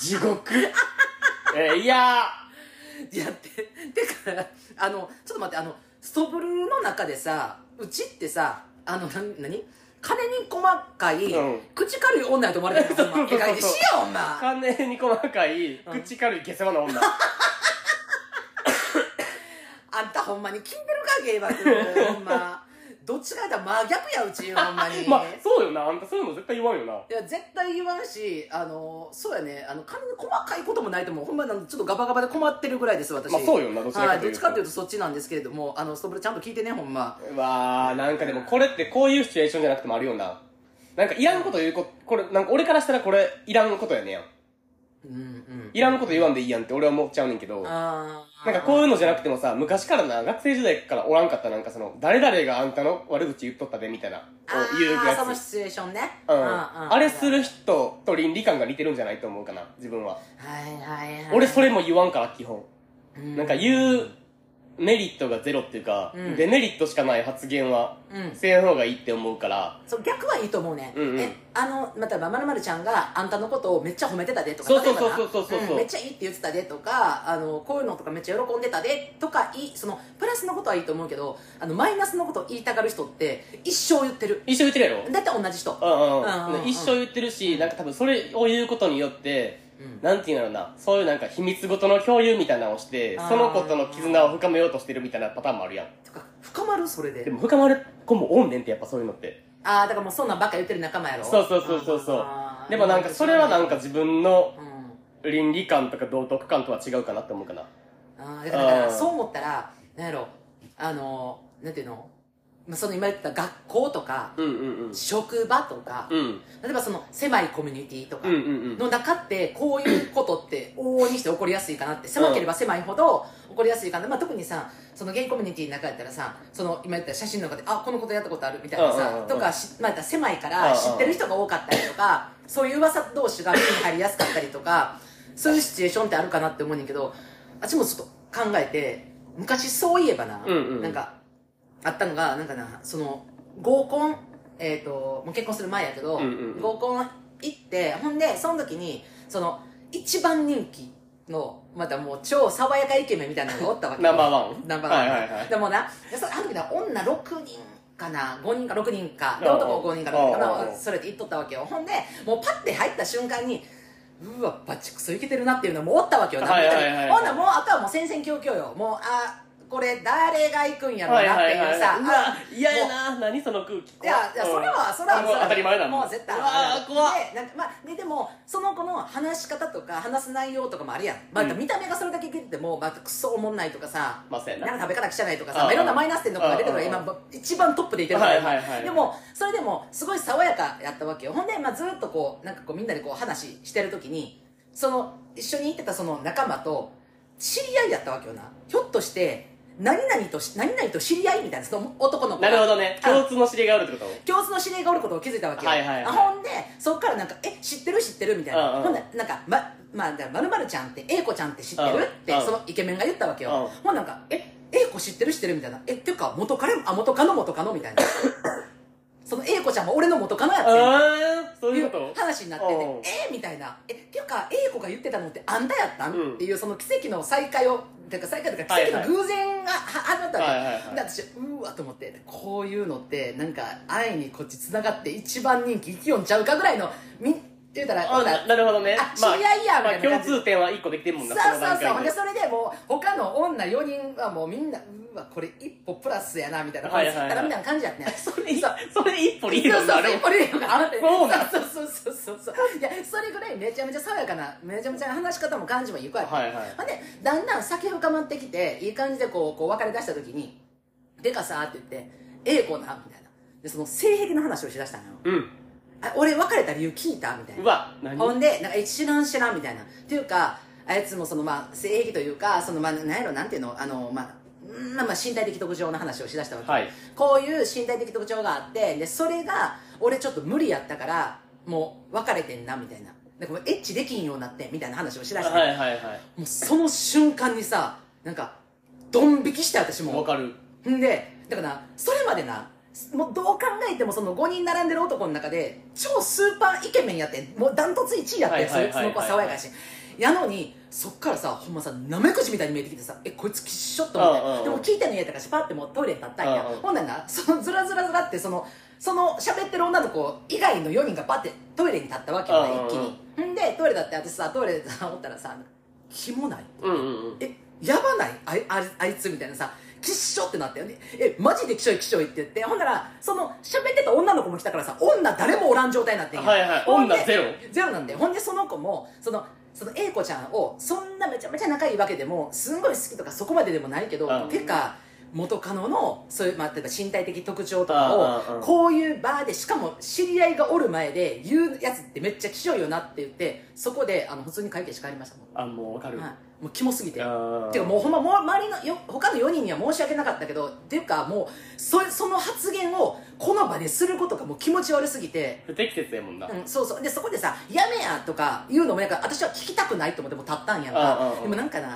地獄。いやてか、ちょっと待って、ストブルの中でさ、うちってさ、何金に細かい、口軽い女やと思われてるの、ほんま。えかいでしよ、ほんま。 金に細かい、口軽い下世話な女。 あんたほんまに聞いてるか、ゲイバク。ほんま。どっちかやったら真逆や、うち、ほんまに。 そうよな。あんたそういうの絶対言わんよな。 いや、絶対言わんし、そうやね、金に細かいこともないと思う。ほんまにちょっとガバガバで困ってるぐらいです、私。 そうよな、どっちかっていうと。どっちかっていうとそっちなんですけれども、ストブルちゃんと聞いてね、ほんま。 なんかでもこれってこういうシチュエーションじゃなくてもあるよな。なんかいらんこと言うこれ、なんか俺からしたらこれいらんことやねやん。いらんこと言わんでいいやんって俺は思っちゃうねんけど、なんかこういうのじゃなくてもさ、昔からな、学生時代からおらんかったなんか誰々があんたの悪口言っとったでみたいな、言うやつ。 そのシチュエーションね。 あれする人と倫理観が似てるんじゃないと思うかな、自分は。 はい。 俺それも言わんから、基本。なんか言うメリットがゼロっていうか、デメリットしかない発言は、せん方がいいって思うから。 そう、逆はいいと思うね。また、まるまるちゃんがあんたのことをめっちゃ褒めてたでとか、 そう。 めっちゃいいって言ってたでとか、こういうのとかめっちゃ喜んでたでとか、プラスのことはいいと思うけど、マイナスのことを言いたがる人って、一生言ってる。 一生言ってるやろ？ だいたい同じ人。 一生言ってるし、なんか多分それを言うことによって、なんていうんだろうな、そういうなんか秘密ごとの共有みたいなのをして、その子との絆を深めようとしてるみたいなパターンもあるやん。 とか深まるそれで。 でも深まる子もおんねんって、やっぱそういうのって。 だからもうそんなんばっか言ってる仲間やろ。 そう。でもなんかそれはなんか自分の倫理観とか道徳観とは違うかなって思うかな。 だからそう思ったら、なんやろ、なんていうの、その今言った学校とか、職場とか、例えばその狭いコミュニティとかの中ってこういうことって往々にして起こりやすいかなって、狭ければ狭いほど起こりやすいかな、特にさ、そのゲイコミュニティの中やったらさ、その今言った写真の中でこのことやったことあるみたいなさ、とか狭いから知ってる人が多かったりとか、そういう噂同士が目に入りやすかったりとか、そういうシチュエーションってあるかなって思うんだけど、あっちもちょっと考えて、昔そういえばな、なんかあったのが、なんかな、その合コン、もう結婚する前やけど、合コン行って、ほんでその時にその一番人気のまたもう超爽やかイケメンみたいなのがおったわけ。 ナンバーワン。 ナンバーワン。でもな、あの時な、女6人かな、5人か6人か、で男5人か6人かな、それで言っとったわけよ。ほんでもうパッて入った瞬間に、うわバチクソイケてるなっていうのもおったわけよ。ほんなもうあとはもう戦々恐々よ。もうこれ誰が行くんやろうなっていうさ、 嫌やな、何その空気。 いやそれは当たり前だもう絶対。 怖っ。 でもその子の話し方とか話す内容とかもあるやん。見た目がそれだけ聞いててもクソおもんないとかさ、なんか食べ方汚いとかさ、いろんなマイナス点の子が出てるから今一番トップでいてるから。でもそれでもすごい爽やかやったわけよ。ほんでずっとこうなんかこうみんなでこう話してる時に、その一緒に行ってたその仲間と知り合いだったわけよな。ひょっとして何々と知り合いみたいな、その男の子が。 なるほどね。共通の知り合いがおるってこと？ 共通の知り合いがおることを気づいたわけよ。ほんでそっからなんか知ってるみたいな。ほんでなんかまるまるちゃんって A 子ちゃんって知ってるってそのイケメンが言ったわけよ。ほんなんかA 子知ってるみたいな。っていうか元カノみたいな。その A 子ちゃんも俺の元カノやってそういうこと話になってて、みたいな。っていうか A 子が言ってたのってあんたやったんっていう、その奇跡の再会を、奇跡の偶然が始まったわけで、私うわと思って、こういうのってなんか愛にこっち繋がって一番人気生きよんちゃうかぐらいの言うたら、 なるほどね。 知り合いやみたいな感じ。 共通点は1個できてるもんな。 そうでそれでもう他の女4人はもうみんなうわこれ一歩プラスやなみたいな感じだったらみたいな感じやってね。それ一歩リードがある。 一歩リードがあるって。そうなんそういやそれぐらいめちゃめちゃ爽やかな、めちゃめちゃ話し方も感じもいい子やって。ほんでだんだん先深まってきていい感じでこう別れ出した時に「でかさ」って言って「ええ子な」みたいな。でその性癖の話をしだしたのよ。俺別れた理由聞いたみたいな。 うわ何。 ほんでなんか知らんみたいな。っていうかあいつもその性癖というかそのなんやろなんていうの身体的特徴の話をしだしたわけ、こういう身体的特徴があって、でそれが俺ちょっと無理やったからもう別れてんなみたいな。なんかもうエッチできんようになってみたいな話をしだして、もうその瞬間にさなんかドン引きして私も。 わかる。 んでだからそれまでなもうどう考えてもその5人並んでる男の中で超スーパーイケメンやって、もうダントツ1位やって、その子は爽やかしやのに、そっからさほんまさなめくじみたいに見えてきてさ、こいつきっしょっと思って、でも聞いてんのやったからパッてもうトイレに立ったんや。ほんならなそのずらってその喋ってる女の子以外の4人がパッてトイレに立ったわけよね、一気に。んでトイレだって私さトイレでさおったらさ「キモない？やばない？あいつ」みたいなさきっしょってなったよね。マジできしょいって言って、ほんならその喋ってた女の子も来たからさ、女誰もおらん状態になってんや。 女ゼロなんで、ほんでその子もその A 子ちゃんをそんなめちゃめちゃ仲いいわけでもすんごい好きとかそこまででもないけど、てか元カノのそういう、例えば身体的特徴とかをこういう場でしかも知り合いがおる前で言うやつってめっちゃきしょいよなって言って、そこで普通に会計し帰りましたもん。 もう分かる。 もうキモすぎて。てかもうほんま周りの他の4人には申し訳なかったけど、っていうかもうその発言をこの場ですることがもう気持ち悪すぎて。 不適切やもんな。 そうでそこでさ「やめや」とか言うのもなんか私は聞きたくないと思っても立ったんやんか。でもなんかな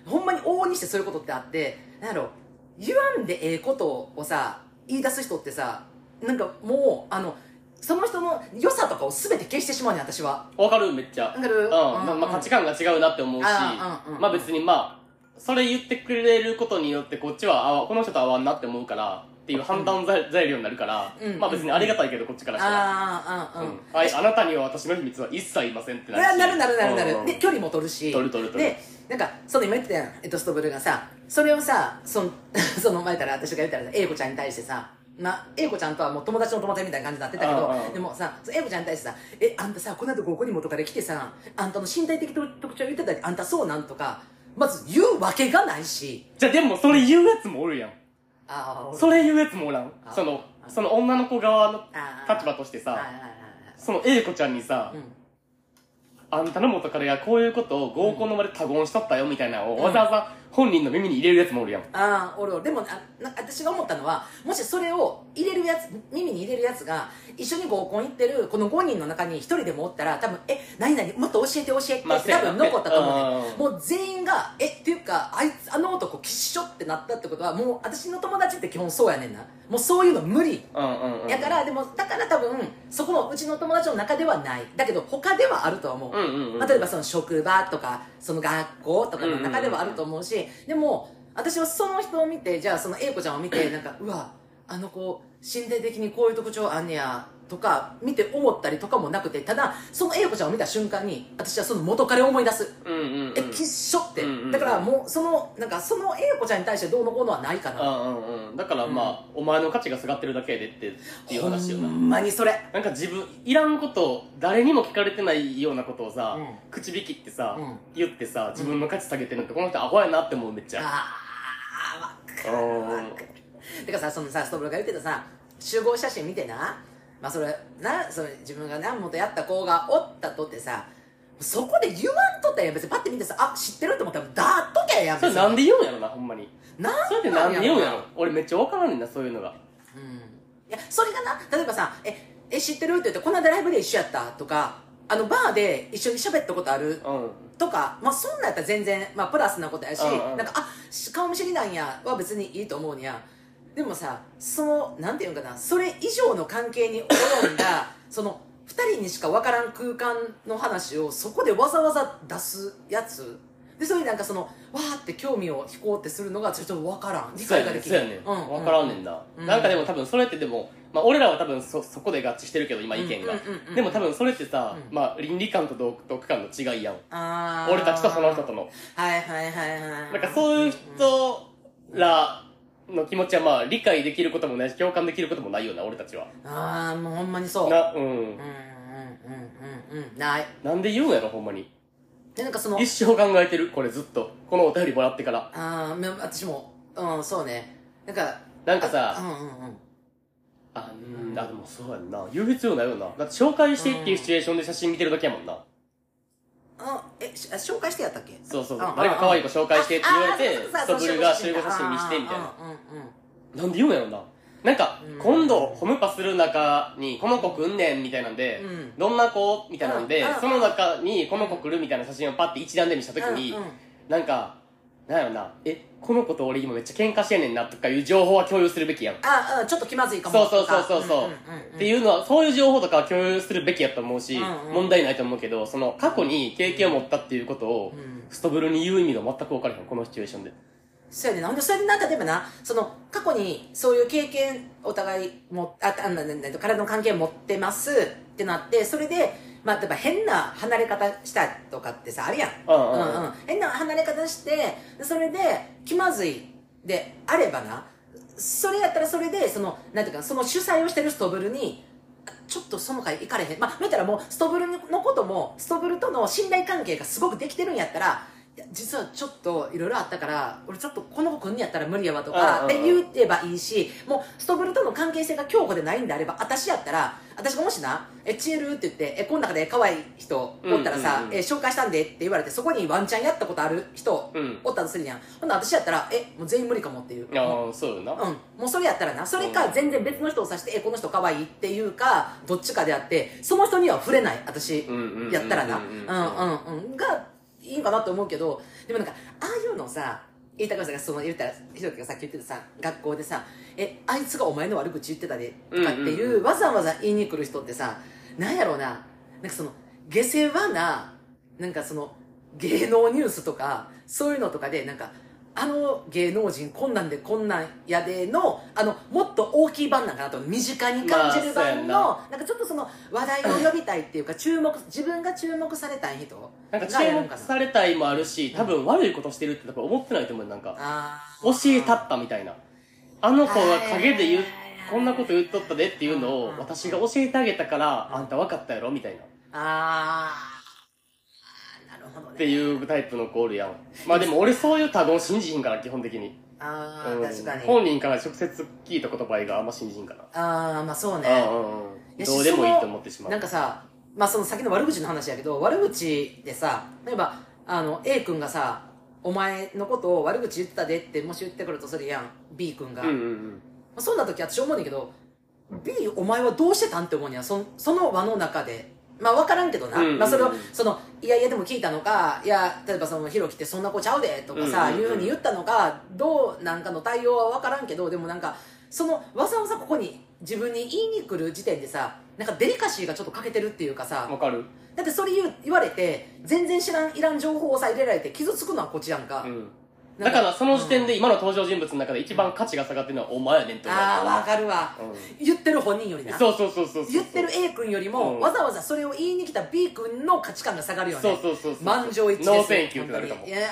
ほんまに往々にしてそういうことってあって、なんやろ、言わんでええことをさ言い出す人ってさ、なんかもうその人の良さとかを全て消してしまうねん、私は。 わかる、めっちゃ。 わかる。 まあ価値観が違うなって思うし、まあ別にまあそれ言ってくれることによってこっちはこの人と合わんなって思うからっていう判断材料になるから、まあ別にありがたいけど、こっちからしたら、あなたには私の秘密は一切いませんってなるし、 なるで距離も取るし、でなんかその今言ってたやん、ストブルがさ、それをさその前から私が言ったら英子ちゃんに対してさ、英子ちゃんとはもう友達の友達みたいな感じになってたけど、でもさ英子ちゃんに対してさ「あんたさこの後ここにもとかで来てさ、あんたの身体的特徴言ってたけどあんたそうなん?」とかまず言うわけがないし。 じゃあでもそれ言うやつもおるやん。それ言うやつもおらん。その女の子側の立場としてさ、その英子ちゃんにさ、あんたの元彼がこういうことを合コンの場で他言しとったよみたいなのをわざわざ本人の耳に入れるやつもおるやん。 おる。でも私が思ったのは、もしそれを入れるやつ、耳に入れるやつが一緒に合コン行ってるこの5人の中に1人でもおったら、多分何々もっと教えてって多分残ったと思うね。もう全員がっていうかあの男きっしょってなったってことは、もう私の友達って基本そうやねんな。もうそういうの無理やから。でもだから多分そこのうちの友達の中ではない、だけど他ではあると思う。例えばその職場とかその学校とかの中ではあると思うし、でも私はその人を見て、じゃあその英子ちゃんを見て、なんかうわあの子身体的にこういう特徴あんねやとか見て思ったりとかもなくて、ただその英子ちゃんを見た瞬間に私はその元彼を思い出す。きっしょって。だからもうなんかその英子ちゃんに対してどうのこうのはないかな。 だからまあ、お前の価値が下がってるだけでっていう話よな。 ほんまにそれ。 なんか自分いらんことを誰にも聞かれてないようなことをさ、口引きってさ、言ってさ、自分の価値下げてるのってこの人アホやなって思う。めっちゃ。だからさ、そのさストブルが言ってたさ集合写真見てな、それ自分が何元やった子がおったとってさ、そこで言わんとったやん。別にパッて見てさ、知ってるって思ったらだーっとけやん。 それなんで言うんやろな、ほんまに。それってなんで言うんやろ。俺めっちゃ分からんねんな、そういうのが。 いやそれがな、例えばさ知ってるって言ってこの間ライブで一緒やったとか、バーで一緒に喋ったことある、とか、そんなんやったら全然、プラスなことやし、なんか顔見知りなんやは別にいいと思うにや。でもさ、なんていうんかな、それ以上の関係に及んだその2人にしか分からん空間の話をそこでわざわざ出すやつで、それでなんかわーって興味を引こうってするのがちょっと分からん、理解ができる。 そうやねん、分からんねんな。なんかでも多分それってでも、俺らは多分そこで合致してるけど今意見が、でも多分それってさ、倫理観と道徳観の違いやん。俺たちとその人との。なんかそういう人らの気持ちは理解できることもないし共感できることもないよな、俺たちは。 もうほんまにそうない。 なんで言うんやろ、ほんまに。 なんか一生考えてる、これずっと。このお便りもらってから。 私もそうね。なんかさ、でもそうやんな、言う必要ないよな。だって紹介してっていうシチュエーションで写真見てるだけやもんな。 紹介してやったっけ。 そう誰か可愛い子紹介してって言われて、ストブルが集合写真見してみたいな。なんで言うんやろな。なんか今度ホムパする中にこの子来んねんみたいなんで、どんな子みたいなんで、その中にこの子来るみたいな写真をパッて一覧で見した時に、なんかなんやろな、この子と俺今めっちゃ喧嘩してんねんなとかいう情報は共有するべきやん。 ちょっと気まずいかも。 そうっていうのは、そういう情報とかは共有するべきやと思うし、問題ないと思うけど、その過去に経験を持ったっていうことをストブルに言う意味が全く分からへん、このシチュエーションで。 そうやね。なんでそれでなんかでもな、過去にそういう経験お互い体の関係を持ってますってなって、それで例えば変な離れ方したとかってさあるやん。変な離れ方してそれで気まずいであればな、それやったらそれでなんていうか、その主催をしてるストブルにちょっとその回行かれへん、見たらもうストブルのこともストブルとの信頼関係がすごくできてるんやったら、実はちょっといろいろあったから俺ちょっとこの子来んやったら無理やわとかって言えばいいし、もうストブルとの関係性が強固でないんであれば、私やったら、私がもしなチエルって言ってこの中で可愛い人おったらさ、紹介したんでって言われて、そこにワンチャンやったことある人おったとするやん。ほんなら私やったらもう全員無理かもっていう。 そうよな。 もうそれやったらな、それか全然別の人を指してこの人可愛いっていうか、どっちかであって、その人には触れない、私やったらながいいいかなと思うけど、でもなんかああいうのさ、言ったからさ、言ったらひろきがさっき言ってたさ、学校でさあいつがお前の悪口言ってたでとかっていう、わざわざ言いに来る人ってさ、なんやろうな、なんかその下世話な、なんかその芸能ニュースとかそういうのとかでなんかあの芸能人こんなんでこんなんやでのもっと大きい版なんかなと、身近に感じる版の、なんかちょっとその話題を呼びたいっていうか自分が注目されたい人なんか注目されたいもあるし、多分悪いことしてるって多分思ってないと思う。なんか教えたったみたいな、あの子が陰でこんなこと言っとったでっていうのを私が教えてあげたからあんた分かったやろみたいな、っていうタイプの子おるやん。まあでも俺そういう多言信じひんから、基本的に。 確かに本人から直接聞いた言葉以外あんま信じひんから。 まあそうね。 どうでもいいと思ってしまう。 なんかさ、まあその先の悪口の話やけど、悪口でさ、例えばA 君がさ、お前のことを悪口言ってたでってもし言ってくるとするやん、 B 君が。そんな時私思うねんけど、 B お前はどうしてたんって思うには、その輪の中でまあ分からんけどな、まあそれをいやいやでも聞いたのか、いや例えばひろきってそんな子ちゃうでとかさ、いうふうに言ったのか、どうなんかの対応は分からんけど、でもなんかわざわざここに自分に言いに来る時点でさ、なんかデリカシーがちょっと欠けてるっていうかさ。 分かる。 だってそれ言われて全然いらん情報をさ入れられて傷つくのはこっちやんか、 だからその時点で今の登場人物の中で一番価値が下がってるのはお前やねんって思う。 分かるわ、言ってる本人よりな。 そう言ってる A 君よりも、わざわざそれを言いに来た B 君の価値観が下がるよね。満場一致です。 ノーセンキューってなるかも。 いや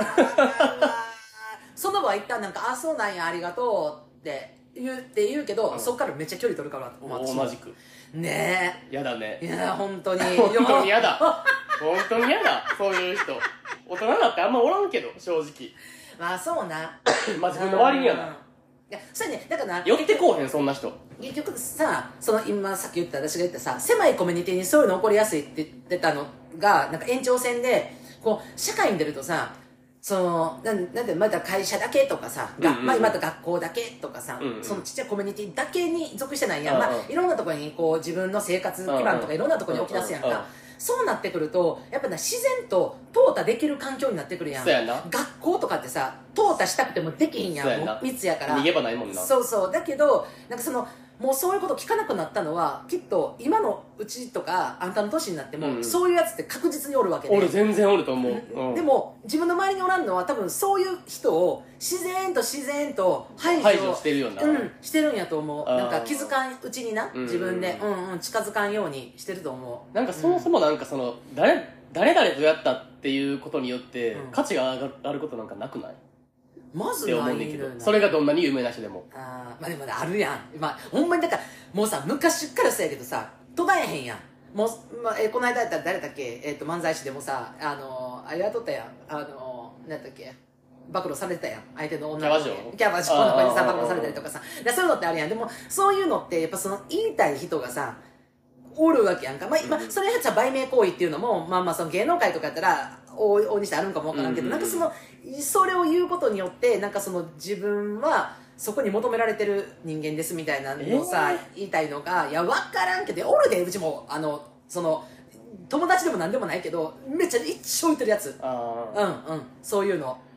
その場は一旦なんかそうなんやありがとうって言うけど、そこからめっちゃ距離取るから思ってしまう。 同じくねえ。 やだね。 いや本当に本当にやだ本当にやだ、そういう人。大人だってあんまおらんけど、正直。 まあそうな。 まあ自分の割にはな。 いやそれね、だからな、 寄ってこうへんそんな人。 結局さ、今さっき言った私が言ったさ、狭いコミュニティにそういうの起こりやすいって言ってたのがなんか延長線で、こう社会に出るとさ、なんでまた会社だけとかさ、まあ、また学校だけとかさ、そのちっちゃいコミュニティだけに属してないやん。まあいろんなところにこう自分の生活基盤とかいろんなところに置き出すやんか。そうなってくるとやっぱ自然と淘汰できる環境になってくるやん。学校とかってさ、淘汰したくてもできひんやん。もう密やから逃げ場ないもんな。 そうだけどなんかもうそういうこと聞かなくなったのはきっと今のうちとかあんたの年になっても、そういうやつって確実におるわけで。 俺全然おると思う、 でも自分の周りにおらんのは多分そういう人を自然と排除してるよな、 してるんやと思う。なんか気づかんうちにな、自分で近づかんようにしてると思う。 なんかそもそもなんか誰々とやったっていうことによって価値が上がることなんかなくない？ まずないのよ。それがどんなに有名な人でも。 まあでもね、あるやん。まあほんまにだからもうさ、昔からそうやけどさ、途絶えへんやん。もう、この間やったら誰だっけ、漫才師でもさ、あれやっとったやん。何やったっけ、暴露されてたやん、相手の女の子に。キャバ嬢の子にさ暴露されたりとかさ、そういうのってあるやん。でもそういうのってやっぱ言いたい人がさおるわけやんか。まあそれやっちゃ売名行為っていうのもまあ芸能界とかやったら大にしてあるんかもわからんけど、なんかそれを言うことによってなんか自分はそこに求められてる人間ですみたいなのをさ、言いたいのが、いや分からんけど、おるで、うちも友達でも何でもないけどめっちゃ一生言ってるやつ。そういうの。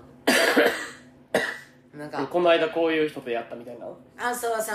なんかこの間こういう人とやったみたいな。 そうだ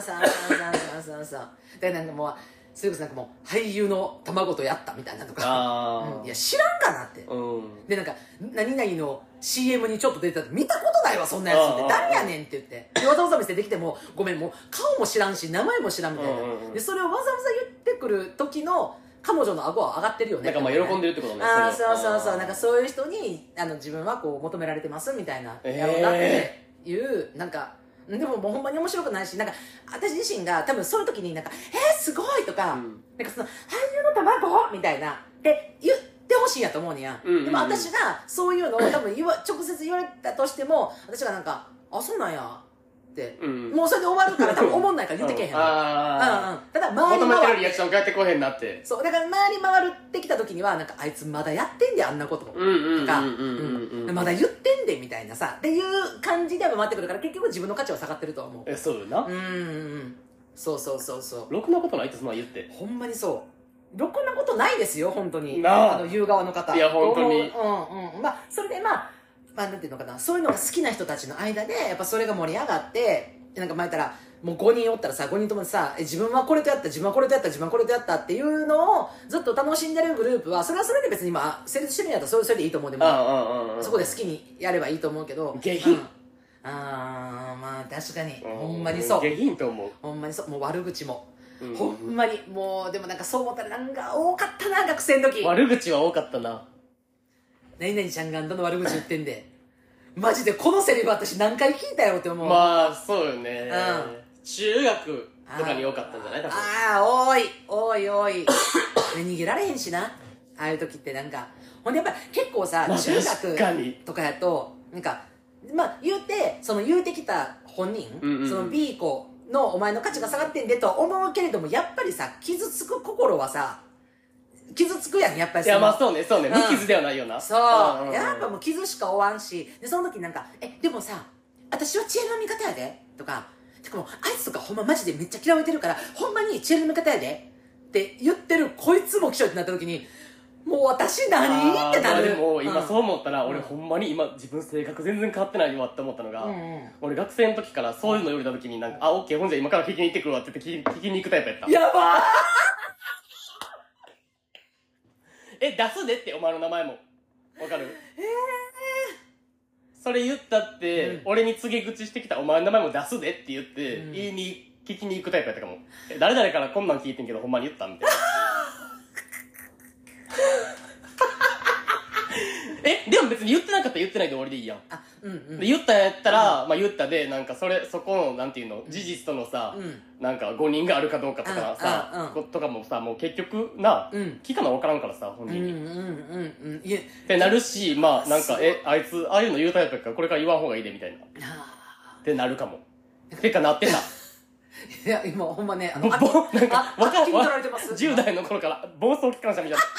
からなんかもうそれこそなんかもう俳優の卵とやったみたいなとか、いや知らんかなって、でなんか何々の CM にちょっと出てたって見たことないわそんなやつって誰やねんって言って、わざわざ見せてきてもごめんもう顔も知らんし名前も知らんみたいな、でそれをわざわざ言ってくる時の彼女の顎は上がってるよね。 なんかまあ喜んでるってことね。 そうなんかそういう人に自分はこう求められてますみたいなやろうなっていうなんか。でももうほんまに面白くないし、なんか私自身が多分そういう時になんかすごいとか、なんか俳優の卵みたいなって言ってほしいんやと思うねや。でも私がそういうのを多分直接言われたとしても、私がなんかそうなんやって、もうそれで終わるから多分思んないから言ってけへんの。ただ周り求めてるリアクション返ってこへんなって。 そうだから周り回ってきた時にはなんかあいつまだやってんであんなこととか、まだ言ってんでみたいなさっていう感じで回ってくるから、結局自分の価値は下がってると思う。 そうよな。 そうろくなことないってそんな言って。 ほんまにそろくなことないですよ、本当に。言う側の方。 いや、本当に。 まあ、それでなんていうのかな、そういうのが好きな人たちの間で、やっぱそれが盛り上がって、なんか前言ったら、もう5人おったらさ、5人ともさ、自分はこれとやった、自分はこれとやった、自分はこれとやったっていうのをずっと楽しんでるグループは、それはそれで別に成立してるんやったらそれでいいと思う。でも、そこで好きにやればいいと思うけど。 下品。 まあ確かに。ほんまにそう。 下品と思う。 ほんまにそう。もう悪口も。ほんまに。もう、でもなんかそう思ったらなんか多かったな、学生の時。 悪口は多かったな。 何々ちゃんがあんたの悪口言ってんで。マジでこのセリフ私何回聞いたやろって思う。 まあ、そうよね。中学とかに多かったんじゃない？ 多い。逃げられへんしな。ああいう時ってなんか。ほんでやっぱり結構さ、中学とかやと、なんか、言うてきた本人、その B 子のお前の価値が下がってんでとは思うけれども、やっぱりさ、傷つく心はさ、傷つくやん、やっぱり。 いや、まあそうね、無傷ではないよな。 そう。やっぱもう傷しか負わんし、で、その時なんか、でもさ、私は知恵の味方やで、とか、てかもう、あいつとかほんまマジでめっちゃ嫌われてるから、ほんまに知恵の味方やで、って言ってるこいつも気象ってなった時に、もう私何ってなる。 でも今そう思ったら、俺ほんまに今自分性格全然変わってないわって思ったのが、俺学生の時からそういうの言われた時になんか、オッケー、ほんじゃ今から聞きに行ってくるわって言って聞きに行くタイプやった。 やばー出すでってお前の名前もわかる？それ言ったって、俺に告げ口してきたお前の名前も出すでって言って、聞きに行くタイプやったかも。誰々からこんなん聞いてんけどほんまに言ったみたいな。でも別に言ってなかったら言ってないで終わりでいいやん。で言ったんやったら、言ったで、なんかそこの、なんていうの、事実とのさ、なんか誤認があるかどうかとかさ、とかもさ、もう結局聞かな分からんからさ、本人に。ってなるし、なんか、あいつ、ああいうの言うタイプやから、これから言わん方がいいで、みたいな。ってなるかも。てかなってた。 いや、今ほんまね、 なんか、わかる10代の頃から暴走機関車みたいな。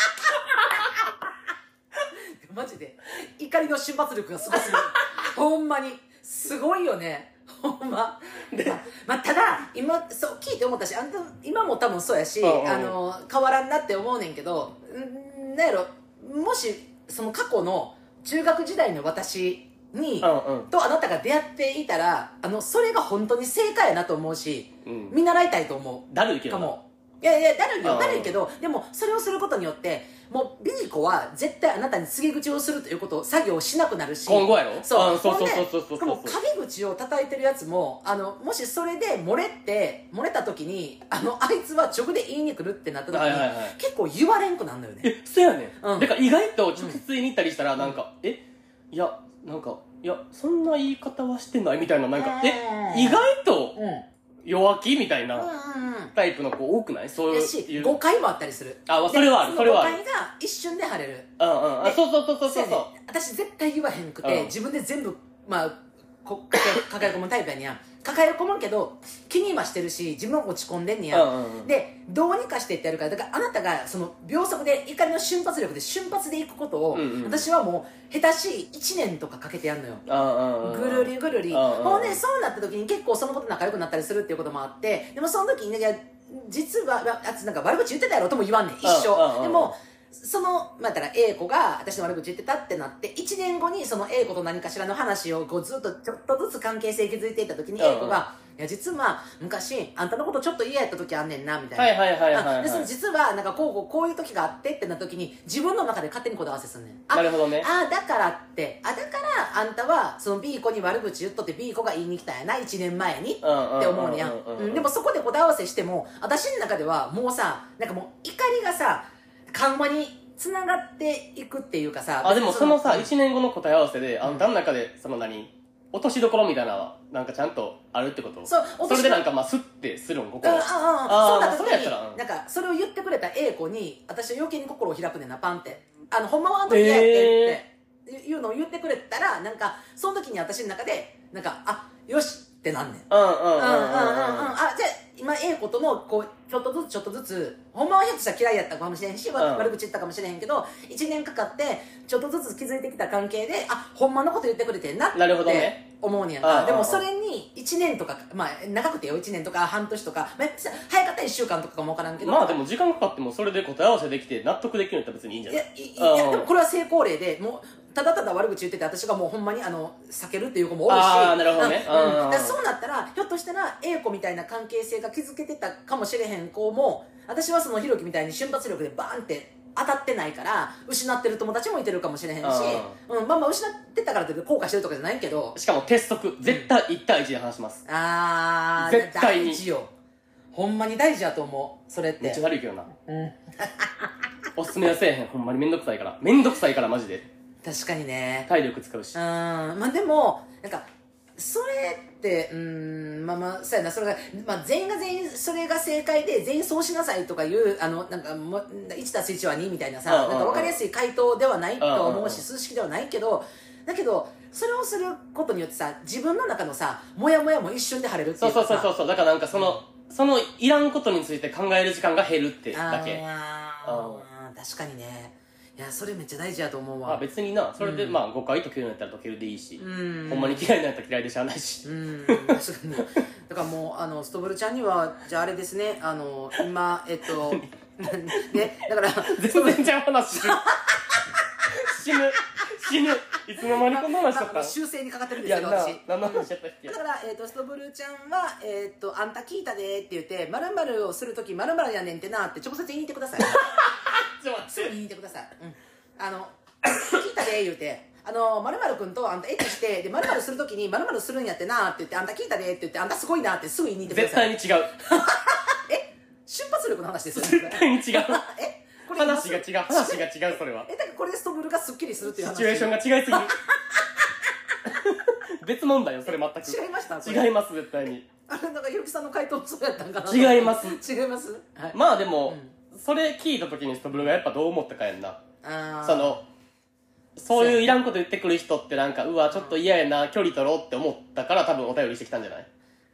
マジで怒りの瞬発力がすごすぎる。ほんまにすごいよね、ほんま。ただ今そう聞いて思ったし、あんた今も多分そうやし、変わらんなって思うねんけど、なんやろ、もしその過去の中学時代の私に、とあなたが出会っていたら、それが本当に正解やなと思うし、見習いたいと思う。 だるいけどかも。いやだるいけど、でもそれをすることによってもう B 子は絶対あなたに告げ口をするということを作業しなくなるし、 今後やろ。 そう陰口を叩いてるやつも、もしそれで漏れた時にあいつは直で言いに来るってなった時に、結構言われんくなるんだよね。 そうやねん。だから意外と直接言いに行ったりしたら、なんかいやそんな言い方はしてないみたいな、なんか意外と弱気みたいなタイプの子多くない？そういう誤解もあったりする。 それはある。それはある。 誤解が一瞬で晴れる。 そう。 私絶対言わへんくて、自分で全部抱え込むタイプやにゃ。抱え込むけど気にはしてるし、自分落ち込んでんねや。でどうにかしてってやるから、だからあなたがその秒速で怒りの瞬発力で瞬発でいくことを、私はもう下手しい1年とかかけてやんのよ。ぐるりぐるり。ほんでそうなった時に結構そのこと仲良くなったりするっていうこともあって、でもその時に実はなんか悪口言ってたやろとも言わんねん、一生。でも言ったら A 子が私の悪口言ってたってなって、1年後にその A 子と何かしらの話をずっとちょっとずつ関係性築いていった時に A 子が、いや実は昔あんたのことちょっと嫌やった時あんねんなみたいな。でその実はなんかこういう時があってってなった時に、自分の中で勝手に答え合わせすんねん。 なるほどね。 だからってだからあんたはその B 子に悪口言っとって B 子が言いに来たんやな1年前にって思うねやん。でもそこで答え合わせしても、私の中ではもうさ、なんかもう怒りがさ緩和につながっていくっていうかさ。 でもそのさ、1年後の答え合わせであんたの中で落としどころみたいなのはなんかちゃんとあるってこと？それでなんかスッてするん、心。 そうなった時になんかそれを言ってくれた A 子に私は余計に心を開くねんな、パンって。ほんまはあの時嫌やってっていうのを言ってくれたら、なんかその時に私の中でなんかよしってなんねん。じゃあ今 A 子とのこうちょっとずつほんまはひょっとしたら嫌いやったかもしれんし、悪口言ったかもしれへんけど、1年かかってちょっとずつ築いてきた関係でほんまのこと言ってくれてんなって思うねやんか。でもそれに1 1年とか、まあ長くてよ1年とか半年とか、まあ、早かったら1週間とかかもわからんけど、 まあでも時間かかってもそれで答え合わせできて納得できるんだったら別にいいんじゃない？ いやでもこれは成功例で、もうただただ悪口言ってて、私がもうほんまに避けるっていう子も多いし、 ああなるほどね、 だからそうなったらひょっとしたら A 子みたいな関係性が築けてたかもしれへん子も、私はそのひろきみたいに瞬発力でバーンって当たってないから失ってる友達もいてるかもしれへんし、まあまあ失ってたからって後悔してるとかじゃないけど、 しかも鉄則絶対1対1で話します。 ああ絶対に大事よ、ほんまに大事やと思うそれって。 めっちゃ悪いけどな、おすすめはせえへん、ほんまにめんどくさいからマジで。 確かにね、 体力使うし。 まあでもなんかそれってまあまあそうやな、それが、まあ、全員が全員それが正解で全員そうしなさいとかいうなんかも 1+1 は2みたいなさ、なんか分かりやすい回答ではないと思うし、数式ではないけど、だけどそれをすることによってさ、自分の中のさモヤモヤも一瞬で晴れるっていうかさ、 そうだからなんかそのいらんことについて考える時間が減るってだけ。 確かにね、いやそれめっちゃ大事やと思うわ。 別にな、それでまあ誤解解けるんやったら解けるでいいし、ほんまに嫌いなんやったら嫌いでしゃあないし。 確かに。だからもうストブルちゃんにはじゃああれですね、今ね、だから全然ちゃう話する。死ぬ。いつの間にこんな話しちゃった？ 修正にかかってるんですけど、私。 何の話しちゃったっけ？ だから、ストブルちゃんは、あんた聞いたでって言って、〇〇をするとき〇〇やねんってなって直接言いに行ってください。 ちょっと待って。 すぐ言いに行ってください。聞いたで言うて、〇〇くんとあんたエッチして、で、〇〇するときに〇〇するんやってなって言って、あんた聞いたでって言って、あんたすごいなってすぐ言いに行ってください。 絶対に違う。 瞬発力の話ですよ。 絶対に違う。話が違う、それは。 だからこれでストブルがスッキリするっていう話。 シチュエーションが違いすぎる。別問題よ、それ全く。 違いました？ 違います、絶対に。 なんかひろきさんの回答もそうやったんかな。 違います。 違います？ まあでも、それ聞いた時にストブルがやっぱどう思ったかやんな。そういういらんこと言ってくる人ってなんか、うわ、ちょっと嫌やな、距離取ろうって思ったから多分お便りしてきたんじゃない？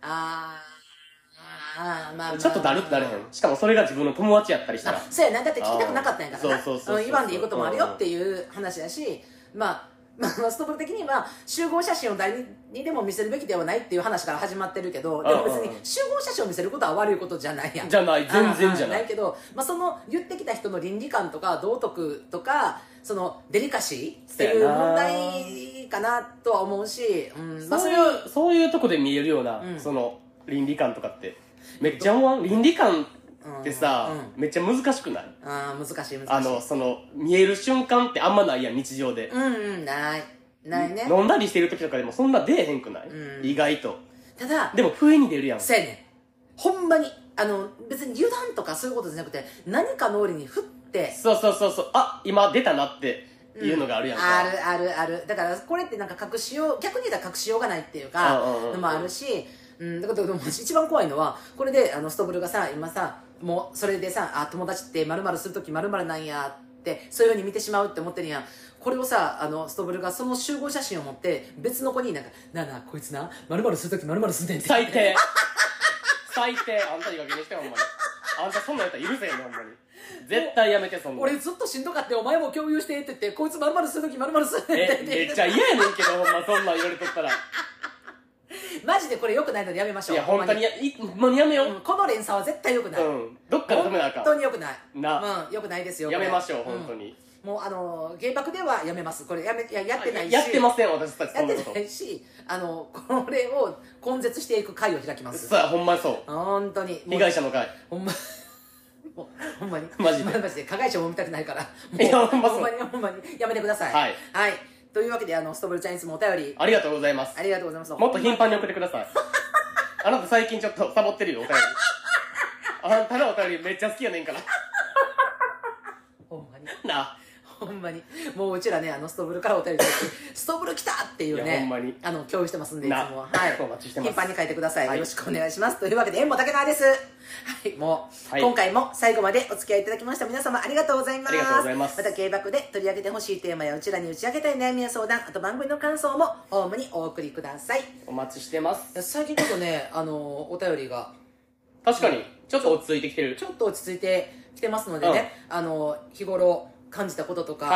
まあちょっとだるってなれへん。しかもそれが自分の友達やったりしたら。 そうやな、だって聞きたくなかったんやからな。 そう言わんでいいこともあるよっていう話やし、まあストブル的には集合写真を誰にでも見せるべきではないっていう話から始まってるけど、でも別に集合写真を見せることは悪いことじゃないやん。 じゃない、全然じゃない。 ないけど、その言ってきた人の倫理観とか道徳とか、そのデリカシーっていう問題かなとは思うし、 そういうとこで見えるような、その倫理観とかってめっちゃ思わん？倫理観ってさ、めっちゃ難しくない？ 難しい。 その見える瞬間ってあんまないやん、日常で。 ないね。 飲んだりしてる時とかでもそんな出えへんくない？意外と。 ただでも不意に出るやん。 そうやねん、ほんまに別に油断とかそういうことじゃなくて、何かの折に振って、 そう今出たなっていうのがあるやんか。 ある。だからこれってなんか逆に言ったら隠しようがないっていうかのもあるし、だから一番怖いのはこれでストブルがさ今さ、もうそれでさ、友達って〇〇するとき〇〇なんやってそういうふうに見てしまうって思ってるやん。これをさストブルがその集合写真を持って別の子になんかなあこいつな〇〇するとき〇〇すんねんって。 最低あんたいい加減にしてほんまに。あんたそんなんやったら許せへんねんほんまに。絶対やめてそんな。 俺ずっとしんどかってお前も共有してって言って、こいつ〇〇するとき〇〇すんねんってめっちゃ嫌やねんけどほんまそんなん言われとったら。 マジでこれ良くないのでやめましょう。 いや本当にもうやめよう。 この連鎖は絶対良くない。 どっから止めなあかん。 本当に良くない。良くないですよ。 やめましょう本当に。 もう芸爆ではやめます。これやってないし。 やってません私たちそんなこと。 やってないし、これを根絶していく会を開きます。 さあほんまそう。 本当に。 被害者の会。 ほんまに。 マジで。 加害者も見たくないから。 いやほんまにやめてください。はい。というわけでストブルちゃんいつもお便りありがとうございます。 ありがとうございます。 もっと頻繁に送ってください。あなた最近ちょっとサボってるよお便り。あんたのお便りめっちゃ好きやねんから。 ほんまになあほんまにもううちらねストブルからお便りストブル来たっていうね、 ほんまに共有してますんでいつもお待ちしてます。 頻繁に書いてください、よろしくお願いします。というわけで縁も竹縄です。もう、今回も最後までお付き合いいただきました皆様ありがとうございます。 ありがとうございます。 また芸爆で取り上げてほしいテーマやうちらに打ち明けたい悩みや相談、あと番組の感想もホームにお送りください。 お待ちしてます。 最近ちょっとねお便りが確かにちょっと落ち着いてきてる。 ちょっと落ち着いてきてますのでね、日頃感じたこととか、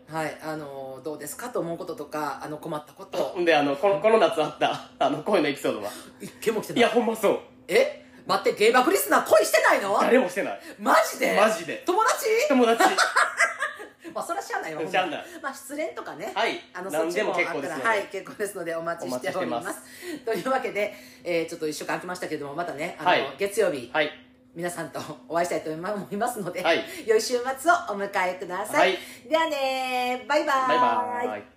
はい、どうですかと思うこととか、困ったこと。 ほんで、この夏あった、恋のエピソードは。 一件も来てない。 いや、ほんまそう。 待って、ゲイバクリスナー恋してないの？ 誰もしてない。 マジで？ マジで。 友達？まあ、それはしゃあないわ。 しゃあない。 まあ、失恋とかね。 はい。 何でも結構ですので。はい、結構ですので、お待ちしております。というわけで、ちょっと一週間空きましたけれども、またね、月曜日。皆さんとお会いしたいと思いますので、良い週末をお迎えください。ではね、バイバーイ。バイバーイ。